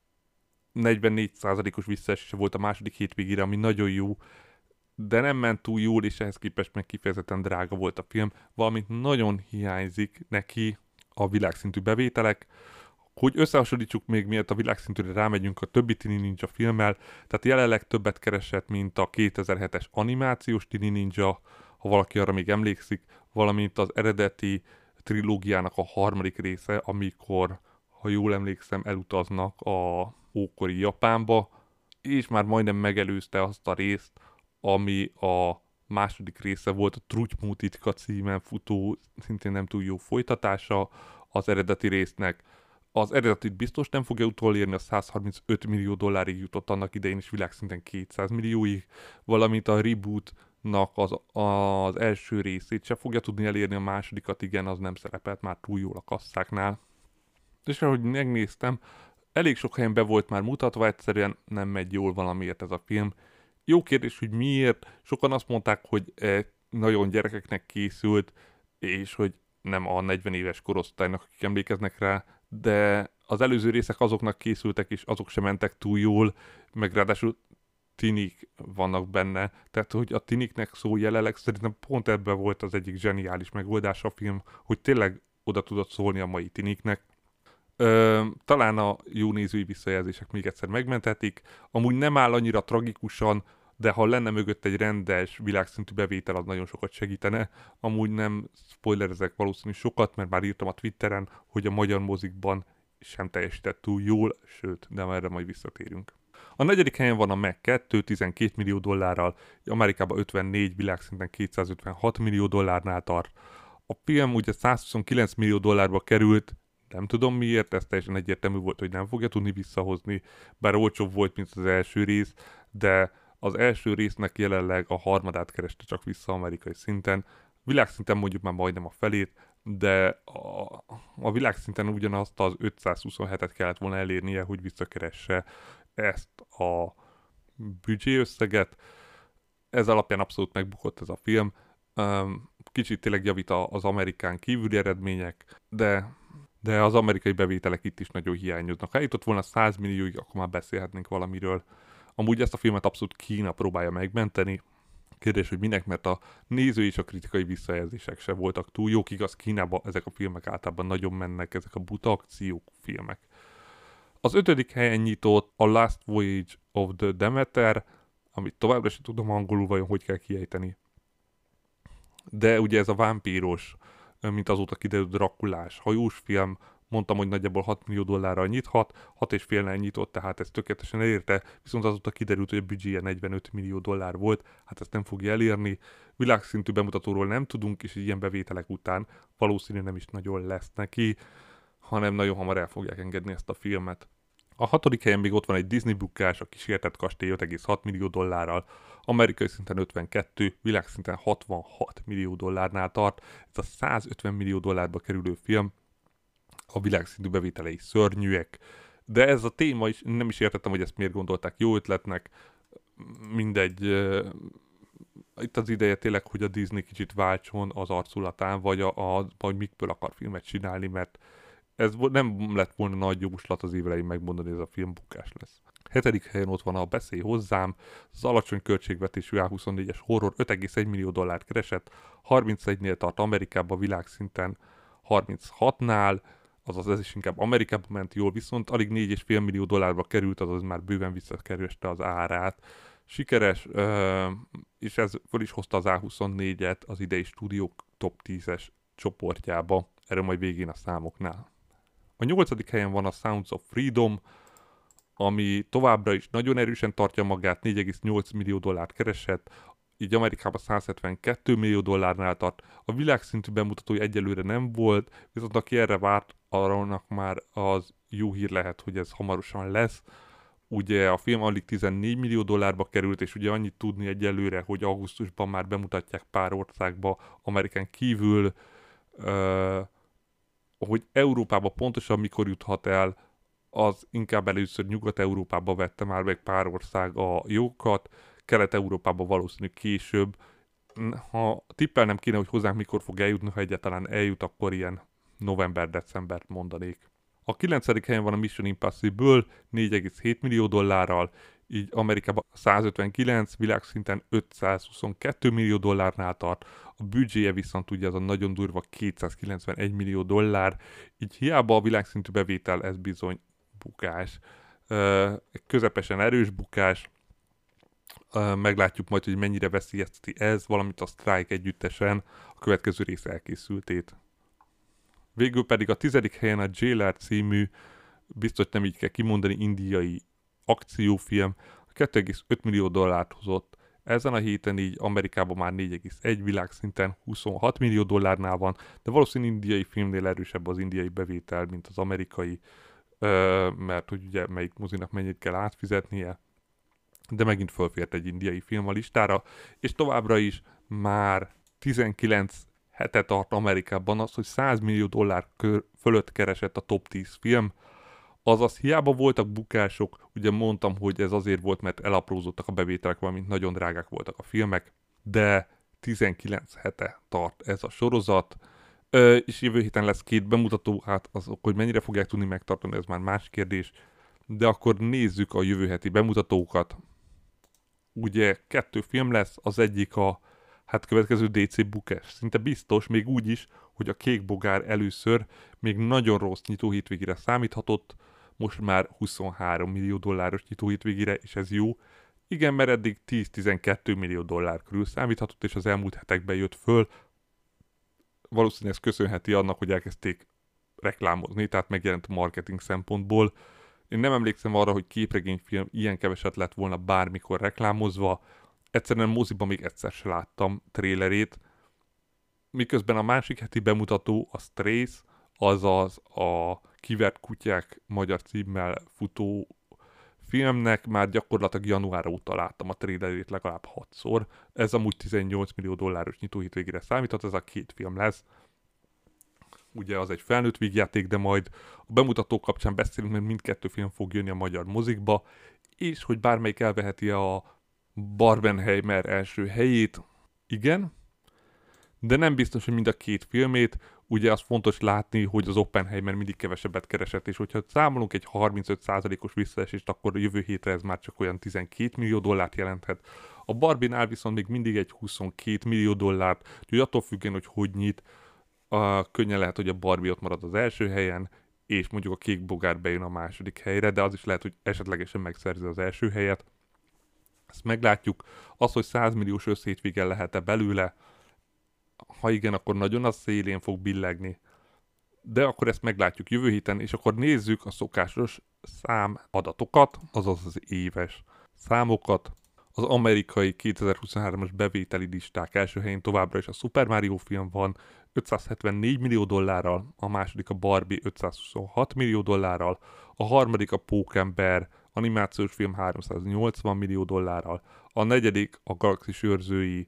44%-os visszaesése volt a második hétvégére, ami nagyon jó, de nem ment túl jól, és ehhez képest meg kifejezetten drága volt a film, valamint nagyon hiányzik neki a világszintű bevételek, hogy összehasonlítsuk még miért a világszintűre rámegyünk a többi Tini Ninja filmmel, tehát jelenleg többet keresett, mint a 2007-es animációs Tini Ninja, ha valaki arra még emlékszik, valamint az eredeti trilógiának a harmadik része, amikor, ha jól emlékszem, elutaznak a ókori Japánba, és már majdnem megelőzte azt a részt, ami a második része volt, a Trutymu titka címen futó, szintén nem túl jó folytatása az eredeti résznek. Az eredetit biztos nem fogja utolérni, a 135 millió dollárig jutott annak idején is világszinten 200 millióig, valamint a rebootnak az első részét se fogja tudni elérni, a másodikat igen, az nem szerepelt már túl jól a kasszáknál. És ahogy megnéztem, elég sok helyen be volt már mutatva, egyszerűen nem megy jól valamiért ez a film. Jó kérdés, hogy miért. Sokan azt mondták, hogy nagyon gyerekeknek készült, és hogy nem a 40 éves korosztálynak, akik emlékeznek rá, de az előző részek azoknak készültek, és azok sem mentek túl jól, meg ráadásul tinik vannak benne, tehát hogy a tiniknek szó jelenleg szerintem pont ebben volt az egyik zseniális megoldás a film, hogy tényleg oda tudott szólni a mai tiniknek. Talán a jó nézői visszajelzések még egyszer megmenthetik, amúgy nem áll annyira tragikusan, de ha lenne mögött egy rendes, világszintű bevétel, az nagyon sokat segítene. Amúgy nem spoilerezek valószínű sokat, mert már írtam a Twitteren, hogy a magyar mozikban sem teljesített túl jól, sőt, de erre majd visszatérünk. A negyedik helyen van a Meg 2, 12 millió dollárral, Amerikában 54, világszinten 256 millió dollárnál tart. A film ugye 129 millió dollárba került, nem tudom miért, ez teljesen egyértelmű volt, hogy nem fogja tudni visszahozni, bár olcsóbb volt, mint az első rész, de az első résznek jelenleg a harmadát kereste csak vissza amerikai szinten. Világszinten mondjuk már majdnem a felét, de a világszinten ugyanazt az 527-et kellett volna elérnie, hogy visszakeresse ezt a büdzséösszeget. Ez alapján abszolút megbukott ez a film. Kicsit tényleg javít az Amerikán kívüli eredmények, de az amerikai bevételek itt is nagyon hiányoznak. Ha eljutott volna 100 millióig, akkor már beszélhetnénk valamiről. Amúgy ezt a filmet abszolút Kína próbálja megmenteni. Kérdés, hogy minek, mert a néző és a kritikai visszajelzések se voltak túl jók. Igaz, Kínában ezek a filmek általában nagyon mennek, ezek a buta akciók filmek. Az 5. helyen nyitott a Last Voyage of the Demeter, amit továbbra sem tudom angolul vajon hogy kell kiejteni. De ugye ez a vámpíros, mint azóta kiderült drakulás, hajós film, mondtam, hogy nagyjából 6 millió dollárral nyithat, 6,5-nel nyitott, tehát ez tökéletesen elérte, viszont azóta kiderült, hogy a büdzséje 45 millió dollár volt, hát ezt nem fogja elérni. Világszintű bemutatóról nem tudunk, és ilyen bevételek után valószínűleg nem is nagyon lesz neki, hanem nagyon hamar el fogják engedni ezt a filmet. A 6. helyen még ott van egy Disney bukás, a Kísértett kastély 5,6 millió dollárral, amerikai szinten 52, világszinten 66 millió dollárnál tart. Ez a 150 millió dollárba kerülő film, a világszintű bevételei szörnyűek, de ez a téma is, nem is értettem, hogy ezt miért gondolták jó ötletnek, mindegy, itt az ideje tényleg, hogy a Disney kicsit váltson az arculatán, vagy mikből akar filmet csinálni, mert ez nem lett volna nagy jóslat az évelején megmondani, hogy ez a film bukás lesz. 7. helyen ott van a Beszélj hozzám, az alacsony költségvetésű A24-es horror 5,1 millió dollárt keresett, 31-nél tart Amerikában, világszinten 36-nál, azaz ez is inkább Amerikában ment jól, viszont alig 4,5 millió dollárba került, azaz már bőven visszakereste az árát. Sikeres, és ez föl is hozta az A24-et az idei stúdiók top 10-es csoportjába, erről majd végén a számoknál. A 8. helyen van a Sounds of Freedom, ami továbbra is nagyon erősen tartja magát, 4,8 millió dollárt keresett, így Amerikában 172 millió dollárnál tart. A világszintű bemutatója egyelőre nem volt, viszont aki erre várt, arra már az jó hír lehet, hogy ez hamarosan lesz. Ugye a film alig 14 millió dollárba került, és ugye annyit tudni egyelőre, hogy augusztusban már bemutatják pár országba, Amerikán kívül, hogy Európába pontosan mikor juthat el, az inkább először Nyugat-Európába vette már meg pár ország a jókat, Kelet-Európában valószínű később. Ha tippelnem kéne, hogy hozzánk mikor fog eljutni, ha egyáltalán eljut, akkor ilyen november-decembert mondanék. A 9. helyen van a Mission Impossible 4,7 millió dollárral, így Amerikában 159, világszinten 522 millió dollárnál tart. A büdzséje viszont ugye az a nagyon durva 291 millió dollár, így hiába a világszintű bevétel, ez bizony bukás. Közepesen erős bukás, meglátjuk majd, hogy mennyire veszélyezteti ez, valamint a Strike együttesen a következő rész elkészültét. Végül pedig a 10. helyen a Jailer című, biztos nem így kell kimondani, indiai akciófilm, 2,5 millió dollárt hozott. Ezen a héten így Amerikában már 4,1, világszinten 26 millió dollárnál van, de valószínűleg indiai filmnél erősebb az indiai bevétel, mint az amerikai, mert hogy ugye melyik mozinak mennyit kell átfizetnie, de megint fölfért egy indiai film a listára, és továbbra is már 19 hete tart Amerikában az, hogy 100 millió dollár fölött keresett a top 10 film, azaz hiába voltak bukások, ugye mondtam, hogy ez azért volt, mert elaprózottak a bevételek, valamint nagyon drágák voltak a filmek, de 19 hete tart ez a sorozat, és jövő héten lesz 2 bemutató, hát azok, hogy mennyire fogják tudni megtartani, ez már más kérdés, de akkor nézzük a jövő heti bemutatókat. Ugye 2 film lesz, az egyik a következő DC bukás. Szinte biztos, még úgy is, hogy a Kék Bogár először még nagyon rossz nyitóhétvégére számíthatott, most már 23 millió dolláros nyitóhétvégére, és ez jó. Igen, mert eddig 10-12 millió dollár körül számíthatott, és az elmúlt hetekben jött föl. Valószínűleg ez köszönheti annak, hogy elkezdték reklámozni, tehát megjelent marketing szempontból. Én nem emlékszem arra, hogy képregényfilm ilyen keveset lett volna bármikor reklámozva. Egyszerűen moziban még egyszer se láttam trélerét. Miközben a másik heti bemutató, a Strays, azaz a Kivert kutyák magyar címmel futó filmnek már gyakorlatilag január óta láttam a trélerét legalább 6-szor. Ez amúgy 18 millió dolláros nyitóhétvégére számított, ez a két film lesz. Ugye az egy felnőtt vígjáték, de majd a bemutató kapcsán beszélünk, mert mindkettő film fog jönni a magyar mozikba, és hogy bármelyik elveheti a Barbenheimer első helyét. Igen, de nem biztos, hogy mind a két filmét. Ugye az fontos látni, hogy az Oppenheimer mindig kevesebbet keresett, és hogyha számolunk egy 35%-os visszaesést, akkor a jövő hétre ez már csak olyan 12 millió dollárt jelenthet. A Barbie-nál viszont még mindig egy 22 millió dollárt, úgyhogy attól függően, hogy nyit, könnyen lehet, hogy a Barbie ott marad az első helyen, és mondjuk a Kék Bogár bejön a második helyre, de az is lehet, hogy esetlegesen megszerzi az első helyet. Ezt meglátjuk. Az, hogy 100 milliós összétvége lehet-e belőle, ha igen, akkor nagyon a szélén fog billegni. De akkor ezt meglátjuk jövő héten, és akkor nézzük a szokásos számadatokat, azaz az éves számokat. Az amerikai 2023-as bevételi listák első helyén továbbra is a Super Mario film van, 574 millió dollárral, a második a Barbie 526 millió dollárral, a harmadik a Pókember animációs film 380 millió dollárral, a negyedik a Galaxis őrzői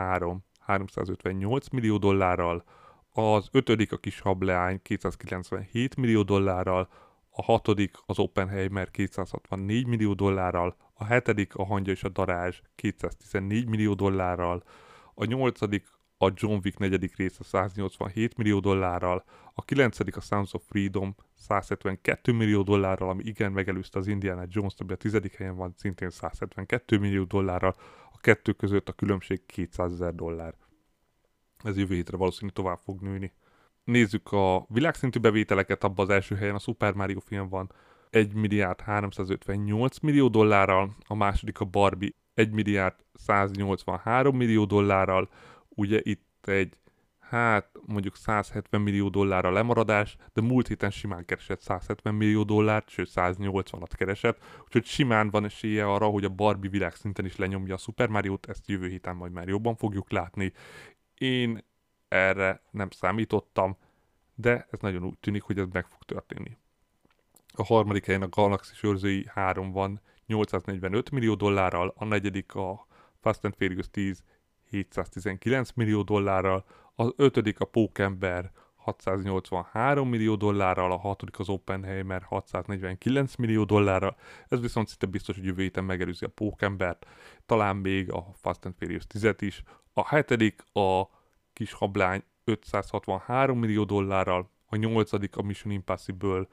358 millió dollárral, az ötödik a Kis hableány 297 millió dollárral, a hatodik az Oppenheimer 264 millió dollárral, a hetedik a Hangya és a darázs 214 millió dollárral, a nyolcadik a John Wick negyedik része 187 millió dollárral, a kilencedik a Sounds of Freedom 172 millió dollárral, ami igen megelőzte az Indiana Jones, ami a tizedik helyen van szintén 172 millió dollárral, a kettő között a különbség 200 000 dollár. Ez jövő hétre valószínűleg tovább fog nőni. Nézzük a világszintű bevételeket, abban az első helyen a Super Mario film van 1 milliárd 358 millió dollárral, a második a Barbie 1 milliárd 183 millió dollárral, ugye itt egy, mondjuk 170 millió dollárra lemaradás, de múlt héten simán keresett 170 millió dollárt, sőt 180-at keresett, úgyhogy simán van esélye arra, hogy a Barbie világszinten is lenyomja a Super Mario-t, ezt jövő héten majd már jobban fogjuk látni. Én erre nem számítottam, de ez nagyon úgy tűnik, hogy ez meg fog történni. A harmadik helyen a Galaxis őrzői 3 van 845 millió dollárral, a negyedik a Fast and Furious 10 719 millió dollárral, az ötödik a Pókember 683 millió dollárral, a hatodik az Oppenheimer 649 millió dollárral, ez viszont szinte biztos, hogy jövő héten megelőzi a Pókembert, talán még a Fast and Furious 10-et is, a hetedik a Kis hablány 563 millió dollárral, a nyolcadik a Mission Impossible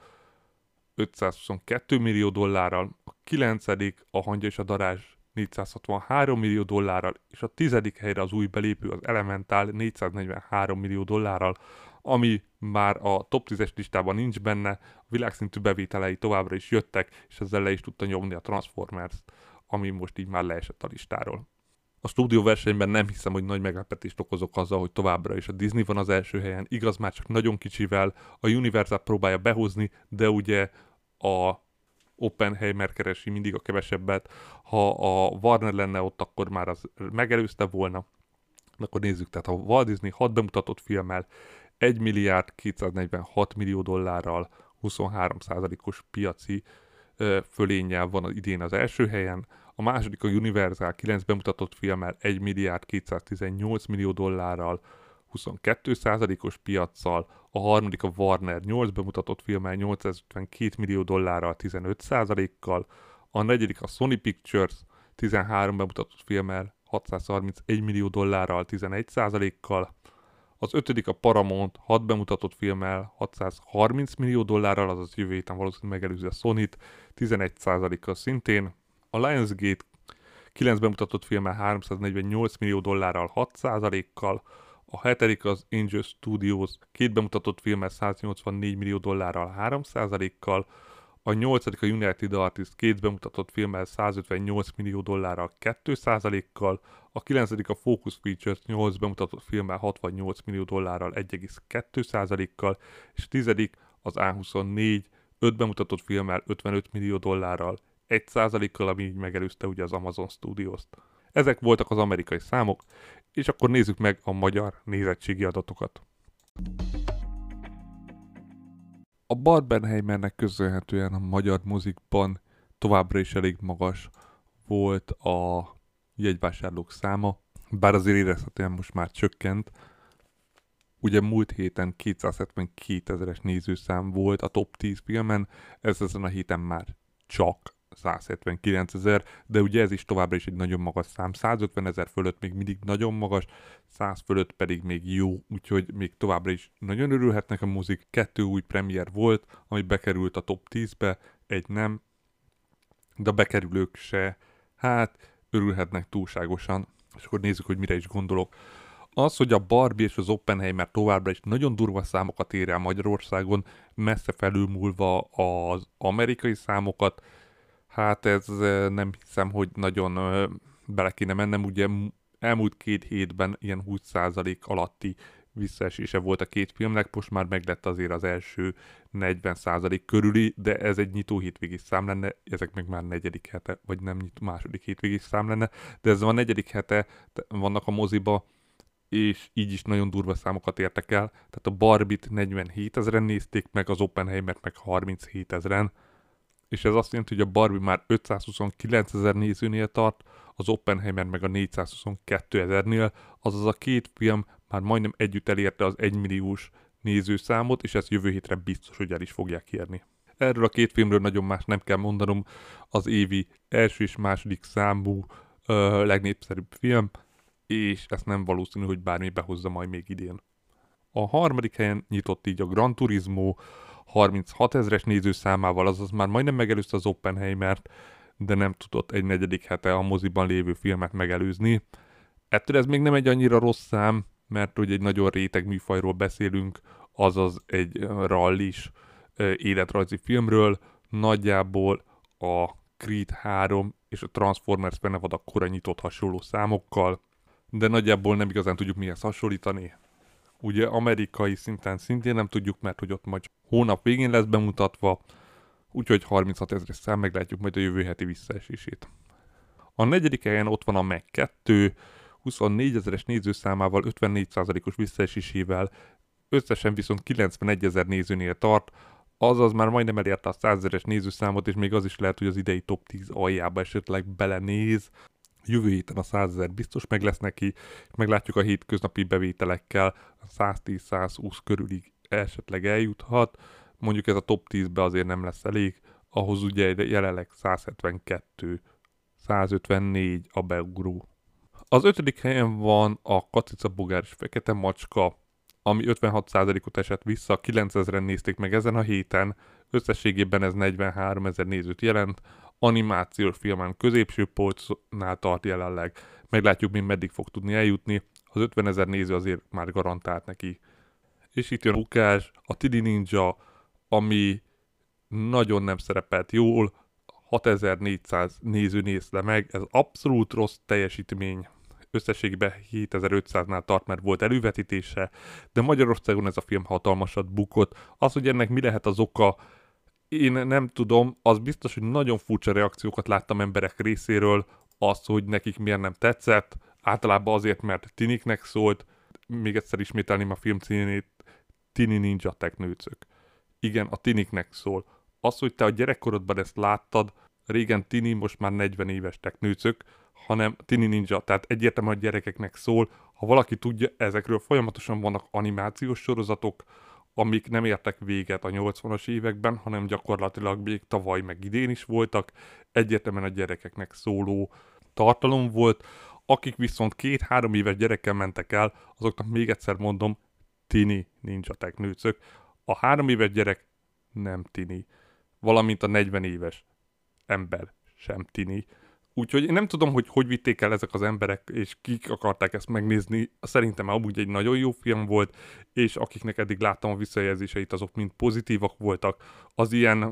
522 millió dollárral, a kilencedik a Hangya és a darázs 463 millió dollárral, és a tizedik helyre az új belépő az Elemental 443 millió dollárral, ami már a top 10-es listában nincs benne, a világszintű bevételei továbbra is jöttek, és ezzel le is tudta nyomni a Transformers-t, ami most így már leesett a listáról. A stúdióversenyben nem hiszem, hogy nagy meglepetést okozok azzal, hogy továbbra is a Disney van az első helyen, igaz már csak nagyon kicsivel, a Universal próbálja behozni, de ugye a Oppenheimer keresi mindig a kevesebbet, ha a Warner lenne ott, akkor már az megelőzte volna. Akkor nézzük, tehát a Walt Disney 6 bemutatott filmmel 1 milliárd 246 millió dollárral 23%-os piaci fölénnyel van az idén az első helyen, a második a Universal 9 bemutatott filmmel 1 milliárd 218 millió dollárral 22%-os piaccal, a harmadik a Warner 8 bemutatott filmmel 852 millió dollárral 15%-kal, a negyedik a Sony Pictures 13 bemutatott filmmel 631 millió dollárral 11%-kal, az ötödik a Paramount 6 bemutatott filmmel 630 millió dollárral, azaz jövő héten valószínűleg megelőzi a Sony-t 11%-kal szintén, a Lionsgate 9 bemutatott filmmel 348 millió dollárral 6%-kal, a hetedik az Angel Studios 2 bemutatott filmmel 184 millió dollárral 3%-kal, A 8. a United Artists két bemutatott filmmel $158 millió 2%-kal, a 9. a Focus Features 8 bemutatott filmmel $68 millió 1,2%-kal, és a 10. az A24 5 bemutatott filmmel $55 millió 1%-kal, ami így megelőzte ugye az Amazon Studios-t. Ezek voltak az amerikai számok, és akkor nézzük meg a magyar nézettségi adatokat. A Barbenheimernek köszönhetően a magyar mozikban továbbra is elég magas volt a jegyvásárlók száma, bár azért érezhetően most már csökkent. Ugye múlt héten 272 000-es nézőszám volt a top 10 filmen, ez ezen a héten már csak 179 000, de ugye ez is továbbra is egy nagyon magas szám. 150 000 fölött még mindig nagyon magas, 100 fölött pedig még jó, úgyhogy még továbbra is nagyon örülhetnek a mozik. 2 új premier volt, ami bekerült a top 10-be, egy nem, de a bekerülők se, hát örülhetnek túlságosan. És akkor nézzük, hogy mire is gondolok. Az, hogy a Barbie és az Oppenheimer továbbra is nagyon durva számokat ér el Magyarországon, messze felülmúlva az amerikai számokat, hát ez nem hiszem, hogy nagyon bele kéne mennem, ugye elmúlt 2 hétben ilyen 20% alatti visszaesése volt a két filmnek, most már meglett azért az első 40% körüli, de ez egy nyitó hétvégés szám lenne, ezek meg már 4. hete, vagy nem nyitó, második hétvégés szám lenne, de ez a 4. hete vannak a moziba, és így is nagyon durva számokat értek el, tehát a Barbie-t 47 000-en nézték meg, az Oppenheimert meg 37 000-en, és ez azt jelenti, hogy a Barbie már 529 000 nézőnél tart, az Oppenheimer meg a 422 000-nél, azaz a két film már majdnem együtt elérte az 1 milliós nézőszámot, és ezt jövő hétre biztos, hogy el is fogják érni. Erről a két filmről nagyon más nem kell mondanom, az évi első és második számú legnépszerűbb film, és ezt nem valószínű, hogy bármi behozza majd még idén. A 3. helyen nyitott így a Gran Turismo 36 000-es nézőszámával, azaz már majdnem megelőzte az Oppenheimert, de nem tudott egy 4. hete a moziban lévő filmet megelőzni. Ettől ez még nem egy annyira rossz szám, mert ugye egy nagyon réteg műfajról beszélünk, azaz egy rallis életrajzi filmről, nagyjából a Creed 3 és a Transformers Fenevad akkora nyitott hasonló számokkal, de nagyjából nem igazán tudjuk mihez hasonlítani. Ugye amerikai szinten szintén nem tudjuk, mert hogy ott majd hónap végén lesz bemutatva, úgyhogy 36 000-es szám, meglátjuk majd a jövő heti visszaesését. A 4. helyen ott van a Meg 2, 24 000-es nézőszámával, 54%-os visszaesésével, összesen viszont 91 000 nézőnél tart, azaz már majdnem elérte a 100 000-es nézőszámot, és még az is lehet, hogy az idei top 10 aljába esetleg belenéz. Jövő héten a 100 000 biztos meg lesz neki, és meglátjuk a hétköznapi bevételekkel, a 110-120 körülig esetleg eljuthat. Mondjuk ez a top 10-be azért nem lesz elég, ahhoz ugye jelenleg 172, 154 a beugró. Az 5. helyen van a Kacica Bogár és Fekete Macska, ami 56%-ot esett vissza, 9000-en nézték meg ezen a héten, összességében ez 43 000 nézőt jelent, animációs filmen középső polcnál tart jelenleg, meglátjuk, még meddig fog tudni eljutni, az 50 000 néző azért már garantált neki. És itt jön a bukás, a Tini Ninja, ami nagyon nem szerepelt jól, 6400 néző nézte meg, ez abszolút rossz teljesítmény. Összességében 7500-nál tart, mert volt elővetítése, de Magyarországon ez a film hatalmasat bukott. Az, hogy ennek mi lehet az oka, én nem tudom, az biztos, hogy nagyon furcsa reakciókat láttam emberek részéről, az, hogy nekik miért nem tetszett, általában azért, mert tiniknek szólt, még egyszer ismételném a film címét, Tini Ninja Teknőcök. Igen, a tiniknek szól. Az, hogy te a gyerekkorodban ezt láttad, régen tini, most már 40 éves teknőcök, hanem Tini Ninja, tehát egyértelműen a gyerekeknek szól. Ha valaki tudja, ezekről folyamatosan vannak animációs sorozatok, amik nem értek véget a 80-as években, hanem gyakorlatilag még tavaly meg idén is voltak. Egyértelműen a gyerekeknek szóló tartalom volt. Akik viszont 2-3 éves gyerekkel mentek el, azoknak még egyszer mondom, Tini Ninja Teknőcök. A 3 éves gyerek nem tini, valamint a 40 éves ember sem tini. Úgyhogy én nem tudom, hogy vitték el ezek az emberek, és kik akarták ezt megnézni. Szerintem amúgy egy nagyon jó film volt, és akiknek eddig láttam a visszajelzéseit, azok mind pozitívak voltak. Az ilyen,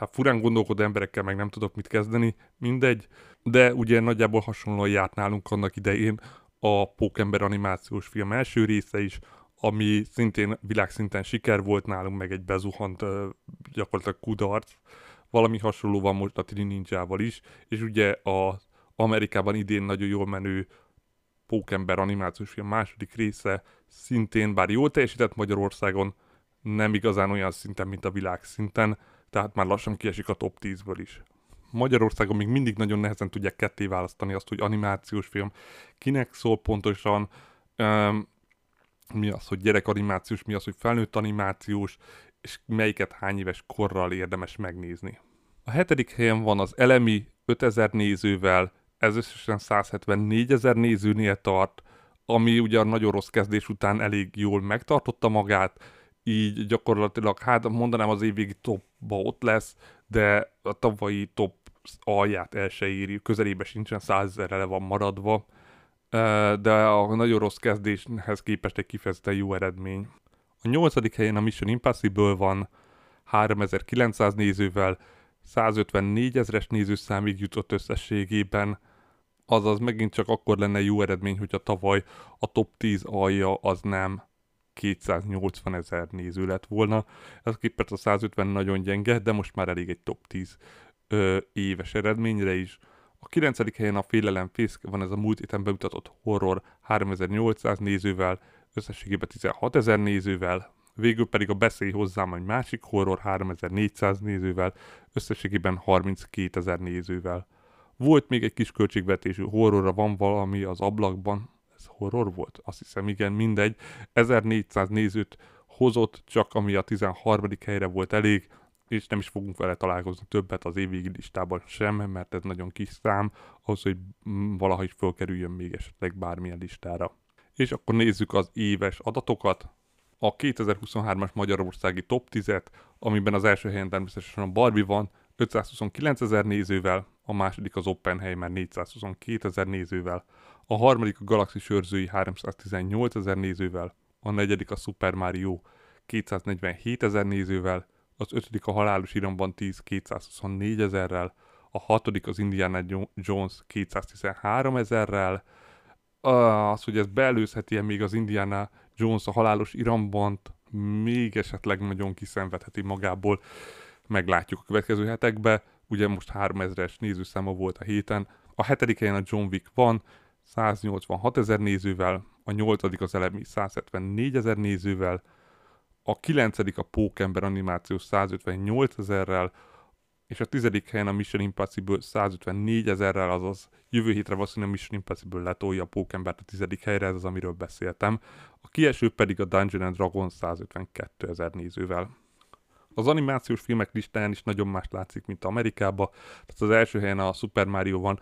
hát furán gondolkodó emberekkel meg nem tudok mit kezdeni, mindegy, de ugye nagyjából hasonlóan járt nálunk annak idején a Pókember animációs film első része is, ami szintén világszinten siker volt nálunk, meg egy bezuhant gyakorlatilag kudarc. Valami hasonló van most a Tini Ninjával is, és ugye az Amerikában idén nagyon jól menő Pókember animációs film második része szintén, bár jól teljesített Magyarországon, nem igazán olyan szinten, mint a világszinten, tehát már lassan kiesik a top 10-ből is. Magyarországon még mindig nagyon nehezen tudják ketté választani azt, hogy animációs film kinek szól pontosan, mi az, hogy gyerekanimációs, mi az, hogy felnőtt animációs, és melyiket hány éves korral érdemes megnézni. A 7. helyen van az Elemi 5000 nézővel, ez összesen 174 000 nézőnél tart, ami ugyan nagyon rossz kezdés után elég jól megtartotta magát, így gyakorlatilag, hát mondanám az évvégi topba ott lesz, de a tavalyi top alját el se éri, közelébe sincsen, 100 000-re le van maradva, de a nagyon rossz kezdéshez képest egy kifejezetten jó eredmény. A 8. helyen a Mission Impossible van 3900 nézővel, 154 000-es nézőszámig jutott összességében, azaz megint csak akkor lenne jó eredmény, hogyha tavaly a top 10 alja az nem 280 000 néző lett volna. Ez képest a 150 nagyon gyenge, de most már elég egy top 10 éves eredményre is. A 9. helyen a Félelem Fészk van, ez a múlt héten bemutatott horror 3800 nézővel, összességében 16 000 nézővel, végül pedig a Beszélj hozzám egy másik horror 3400 nézővel, összességében 32 000 nézővel. Volt még egy kis költségvetésű horrorra, van valami az ablakban, ez horror volt? Azt hiszem, igen, mindegy. 1400 nézőt hozott, csak ami a 13. helyre volt elég, és nem is fogunk vele találkozni többet az évvégi listában sem, mert ez nagyon kis szám, ahhoz, hogy valahogy fölkerüljön még esetleg bármilyen listára. És akkor nézzük az éves adatokat. A 2023-as magyarországi top 10-et, amiben az első helyen természetesen a Barbie van, 529 000 nézővel, a második az Oppenheimer 422 000 nézővel, a harmadik a Galaxis őrzői 318 000 nézővel, a negyedik a Super Mario 247 000 nézővel, az ötödik a Halálos Iramban 10 224 000-rel, a hatodik az Indiana Jones 213 000-rel, az, hogy ez beelőzheti-e még az Indiana Jones a Halálos Iramban, még esetleg nagyon kiszenvedheti magából, meglátjuk a következő hetekben, ugye most 3000-es nézőszáma volt a héten, a 7. helyen a John Wick van, 186 000 nézővel, a 8. az Elemi 174 000 nézővel, a 9. a Pókember animációs 158 000-rel, és a 10. helyen a Mission Impossible 154 000-rel, azaz jövő hétre valószínűleg a Mission Impossible letolja a Pókembert a 10. helyre, ez az, amiről beszéltem. A kieső pedig a Dungeons and Dragons 152 000 nézővel. Az animációs filmek listáján is nagyon más látszik, mint Amerikában. Tehát az első helyen a Super Mario van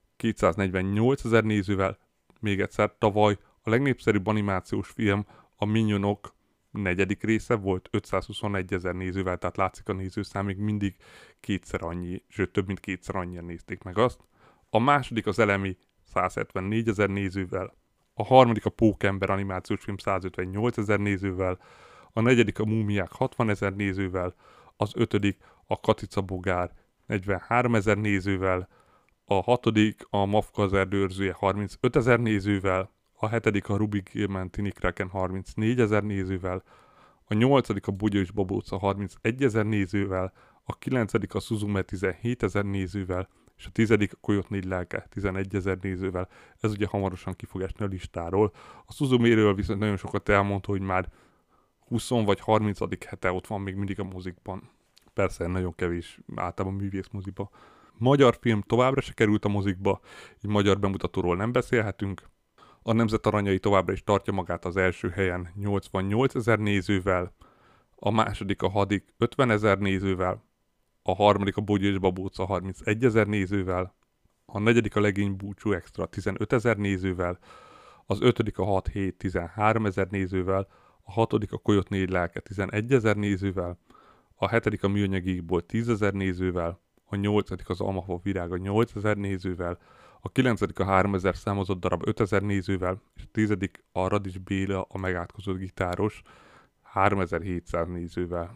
248 000 nézővel, még egyszer tavaly a legnépszerűbb animációs film a Minionok 4. része volt 521 000 nézővel, tehát látszik a nézőszám még mindig kétszer annyi, sőt több mint kétszer annyian nézték meg azt. A második az Elemi 174 000 nézővel, a harmadik a Pókember animációs film 158 000 nézővel, a negyedik a Múmiák 60 000 nézővel, az ötödik a Katica Bogár 43 000 nézővel, a hatodik a Mafka az erdőőrzője 35 000 nézővel, a hetedik a Rubik Gilman Tini Kraken 34 000 nézővel, a nyolcadik a Bugya és Babóca 31 000 nézővel, a kilencedik a Suzume 17 000 nézővel, és a 10. a Coyote 4 lelke 11 000 nézővel. Ez ugye hamarosan ki fog esni a listáról. A Suzuméről viszont nagyon sokat elmondta, hogy már 20 vagy 30. hete ott van még mindig a mozikban. Persze nagyon kevés, általában művészmoziba. Magyar film továbbra se került a mozikba, így magyar bemutatóról nem beszélhetünk. A Nemzet Aranyai továbbra is tartja magát az első helyen 88 000 nézővel, a második a Hadik 50 000 nézővel, a harmadik a Bogyi és Babóca 31 000 nézővel, a negyedik a Legény Búcsú Extra 15 000 nézővel, az ötödik a 6-7 13 000 nézővel, a hatodik a Coyote 4 lelke 11 000 nézővel, a hetedik a Műanyag Égbolt 10 000 nézővel, a nyolcadik az Almafa Virága 8 000 nézővel, a 9. a 3000 számozott darab 5000 nézővel, és a 10. a Radics Béla, a megátkozott gitáros 3700 nézővel.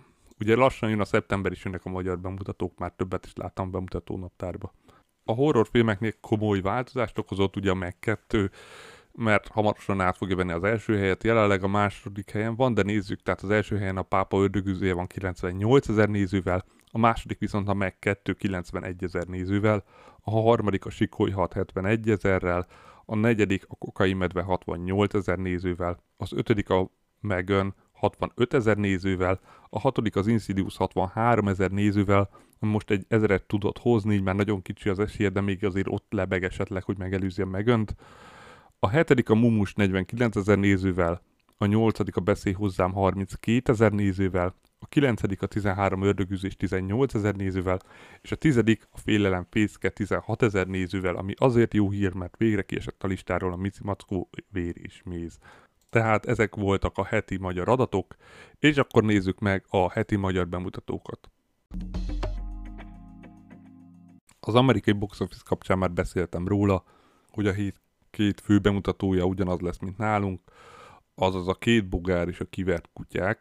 Ugye lassan jön a szeptember, is jönnek a magyar bemutatók, már többet is láttam bemutató naptárba. A horrorfilmeknél komoly változást okozott ugye a Meg 2, mert hamarosan át fogja venni az első helyet, jelenleg a második helyen van, de nézzük, tehát az első helyen a Pápa ördögűzője van 98 000 nézővel, a második viszont a Meg 2 91 000 nézővel, a harmadik a Sikoly 6 71 000-rel, a negyedik a Kokai Medve 68 000 nézővel, az ötödik a Megan 65 000 nézővel, a hatodik az Insidious 63 000 nézővel, most egy 1000-et tudott hozni, így már nagyon kicsi az esélye, de még azért ott lebeg esetleg, hogy megelőzi a Megönt. A hetedik a Mumus 49 000 nézővel, a nyolcadik a Beszélj hozzám 32 000 nézővel, a kilencedik a 13 ördögűzés 18 000 nézővel, és a tizedik a Félelem fészke 16 000 nézővel, ami azért jó hír, mert végre kiesett a listáról a Mici Mackó Vér és Méz. Tehát ezek voltak a heti magyar adatok, és akkor nézzük meg a heti magyar bemutatókat. Az amerikai box office kapcsán már beszéltem róla, hogy a hét két fő bemutatója ugyanaz lesz, mint nálunk, azaz a Két bogár és a Kivert kutyák.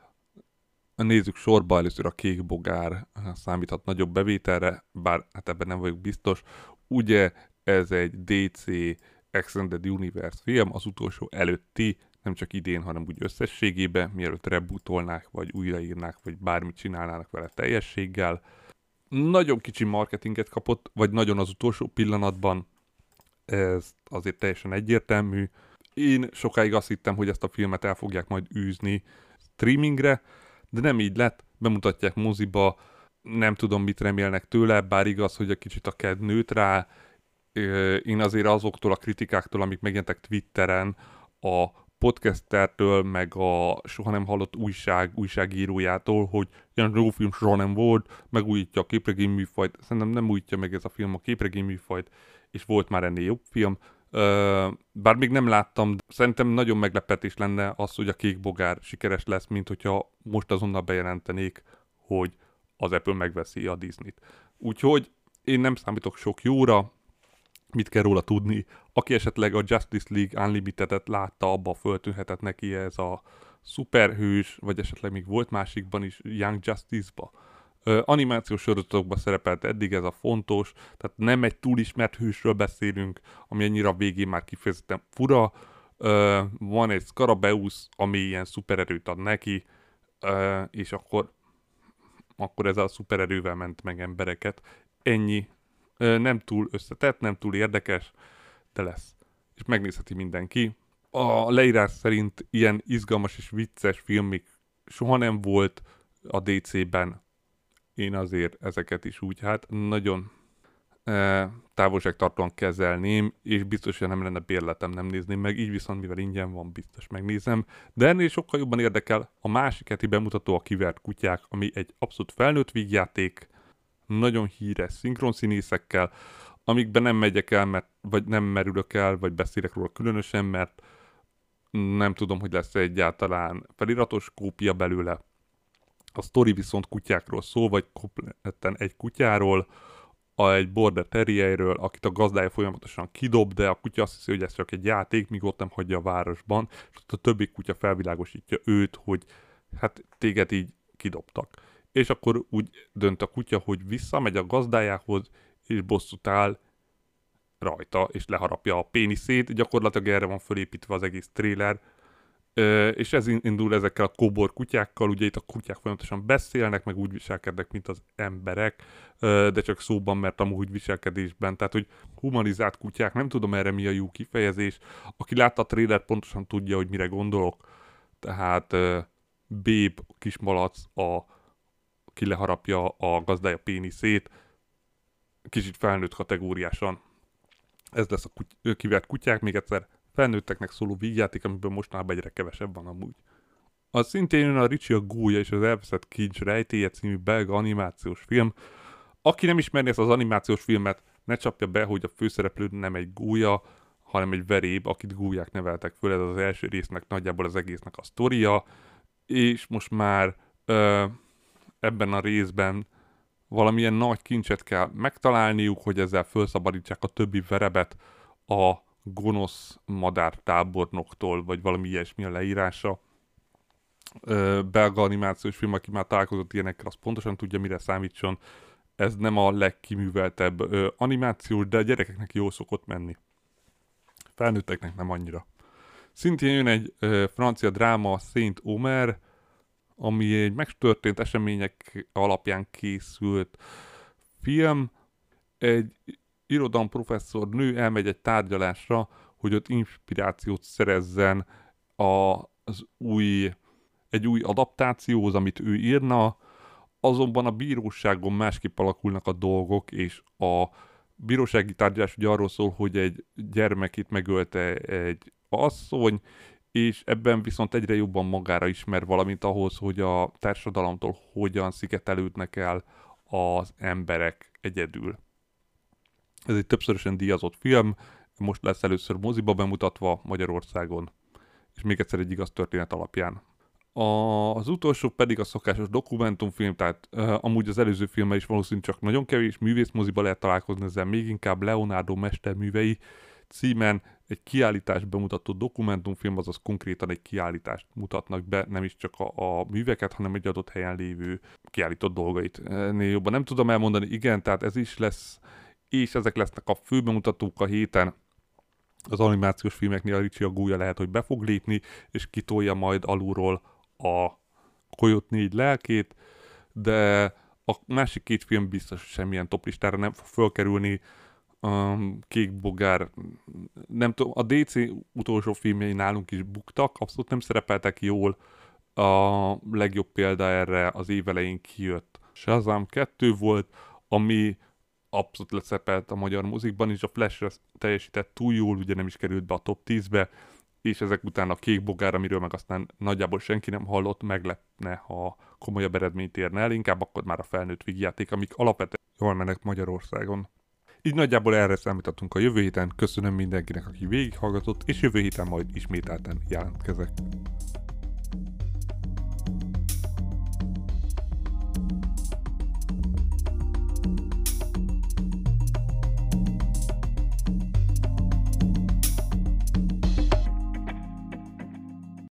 Nézzük sorba, először a Kék bogár számíthat nagyobb bevételre, bár hát ebben nem vagyok biztos. Ugye ez egy DC Extended Universe film, az utolsó előtti, nem csak idén, hanem úgy összességében, mielőtt rebootolnák, vagy újraírnák, vagy bármit csinálnának vele teljességgel. Nagyon kicsi marketinget kapott, vagy nagyon az utolsó pillanatban, ez azért teljesen egyértelmű. Én sokáig azt hittem, hogy ezt a filmet el fogják majd űzni streamingre, de nem így lett, bemutatják moziba, nem tudom mit remélnek tőle, bár igaz, hogy egy kicsit a kedv nőtt rá. Én azért azoktól a kritikáktól, amik megjelentek Twitteren, a podcastertől, meg a soha nem hallott újságírójától, hogy ilyen jó film soha nem volt, megújítja a képregény műfajt. Szerintem nem újítja meg ez a film a képregény műfajt, és volt már ennél jobb film. Bár még nem láttam, de szerintem nagyon meglepetés lenne az, hogy a Kék bogár sikeres lesz, mint hogyha most azonnal bejelentenék, hogy az Apple megveszi a Disney-t. Úgyhogy én nem számítok sok jóra, mit kell róla tudni. Aki esetleg a Justice League Unlimited-et látta, abba föltűnhetett neki ez a szuperhős, vagy esetleg még volt másikban is, Young Justice-ba. Animációs sorozatokban szerepelt eddig, ez a fontos, tehát nem egy túl ismert hősről beszélünk, ami annyira a végén már kifejezetten fura. Van egy Scarabeus, ami ilyen szupererőt ad neki, és akkor ezzel a szupererővel ment meg embereket. Ennyi. Nem túl összetett, nem túl érdekes, de lesz. És megnézheti mindenki. A leírás szerint ilyen izgalmas és vicces filmik soha nem volt a DC-ben. Én azért ezeket is úgy nagyon távolságtartóan kezelném, és biztos, hogy nem lenne bérletem, nem nézném meg, így viszont mivel ingyen van, biztos megnézem. De ennél sokkal jobban érdekel a másik heti bemutató, a Kivert kutyák, ami egy abszolút felnőtt vígjáték, nagyon híres szinkronszínészekkel, amikben nem megyek el, vagy nem merülök el, vagy beszélek róla különösen, mert nem tudom, hogy lesz egyáltalán feliratos kópia belőle. A sztori viszont kutyákról szól, vagy kompletten egy kutyáról, egy border terrierről, akit a gazdája folyamatosan kidob, de a kutya azt hiszi, hogy ez csak egy játék, míg ott nem hagyja a városban, és ott a többi kutya felvilágosítja őt, hogy hát téged így kidobtak. És akkor úgy dönt a kutya, hogy visszamegy a gazdájához, és bosszút áll rajta, és leharapja a péniszét. Gyakorlatilag erre van fölépítve az egész trailer. És ez indul ezekkel a kóbor kutyákkal, ugye itt a kutyák folyamatosan beszélnek, meg úgy viselkednek, mint az emberek, de csak szóban, mert amúgy viselkedésben, tehát hogy humanizált kutyák, nem tudom erre mi a jó kifejezés. Aki látta a trailert, pontosan tudja, hogy mire gondolok. Tehát Babe, kismalac, ki leharapja a gazdája péniszét, kicsit felnőtt kategóriásan. Ez lesz a Kivert kutyák, még egyszer felnőtteknek szóló vígjáték, amiből mostanában egyre kevesebb van amúgy. Az szintén jön a Ricsi a gólya és az elveszett kincs rejtélye című belga animációs film. Aki nem ismerni ezt az animációs filmet, ne csapja be, hogy a főszereplő nem egy gólya, hanem egy veréb, akit gólyák neveltek föl. Ez az első résznek nagyjából az egésznek a sztoria, és most már ebben a részben valamilyen nagy kincset kell megtalálniuk, hogy ezzel felszabadítsák a többi verebet a gonosz madártábornoktól, vagy valami ilyesmi a leírása. belga animációs film, aki már találkozott ilyenekkel, az pontosan tudja, mire számítson. Ez nem a legkiműveltebb animáció, de a gyerekeknek jól szokott menni. Felnőtteknek nem annyira. Szintén jön egy francia dráma, Saint Omer, ami egy megtörtént események alapján készült film. Egy irodalomprofesszor nő elmegy egy tárgyalásra, hogy ott inspirációt szerezzen egy új adaptációhoz, amit ő írna, azonban a bíróságon másképp alakulnak a dolgok, és a bírósági tárgyalás ugye arról szól, hogy egy gyermekét megölte egy asszony, és ebben viszont egyre jobban magára ismer, valamint ahhoz, hogy a társadalomtól hogyan szigetelődnek el az emberek egyedül. Ez egy többszörösen díjazott film, most lesz először moziba bemutatva Magyarországon, és még egyszer egy igaz történet alapján. Az utolsó pedig a szokásos dokumentumfilm, tehát amúgy az előző filmmel is valószínűleg csak nagyon kevés művészmoziba lehet találkozni, ezzel még inkább Leonardo mesterművei címen egy kiállítás bemutató dokumentumfilm, azaz konkrétan egy kiállítást mutatnak be, nem is csak a műveket, hanem egy adott helyen lévő kiállított dolgait. Ennél jobban nem tudom elmondani, igen, tehát ez is lesz, és ezek lesznek a főbemutatók a héten. Az animációs filmeknél a Ricsi a gólya lehet, hogy be fog lépni, és kitolja majd alulról a Coyote 4 lelkét, de a másik két film biztos, hogy semmilyen toplistára nem fog fölkerülni. Kék bogár, nem tudom, a DC utolsó filmjei nálunk is buktak, abszolút nem szerepeltek jól. A legjobb példa erre az év elején kijött Shazam 2 volt, ami abszolút leszerepelt a magyar mozikban is, a Flash teljesített túl jól, ugye nem is került be a top 10-be, és ezek után a Kék bogár, amiről meg aztán nagyjából senki nem hallott, meglepne, ha komolyabb eredményt érne el, inkább akkor már a felnőtt vígjáték, amik alapvetően jól mennek Magyarországon. Így nagyjából erre számítottunk a jövő héten, köszönöm mindenkinek, aki végighallgatott, és jövő héten majd ismételten jelentkezek.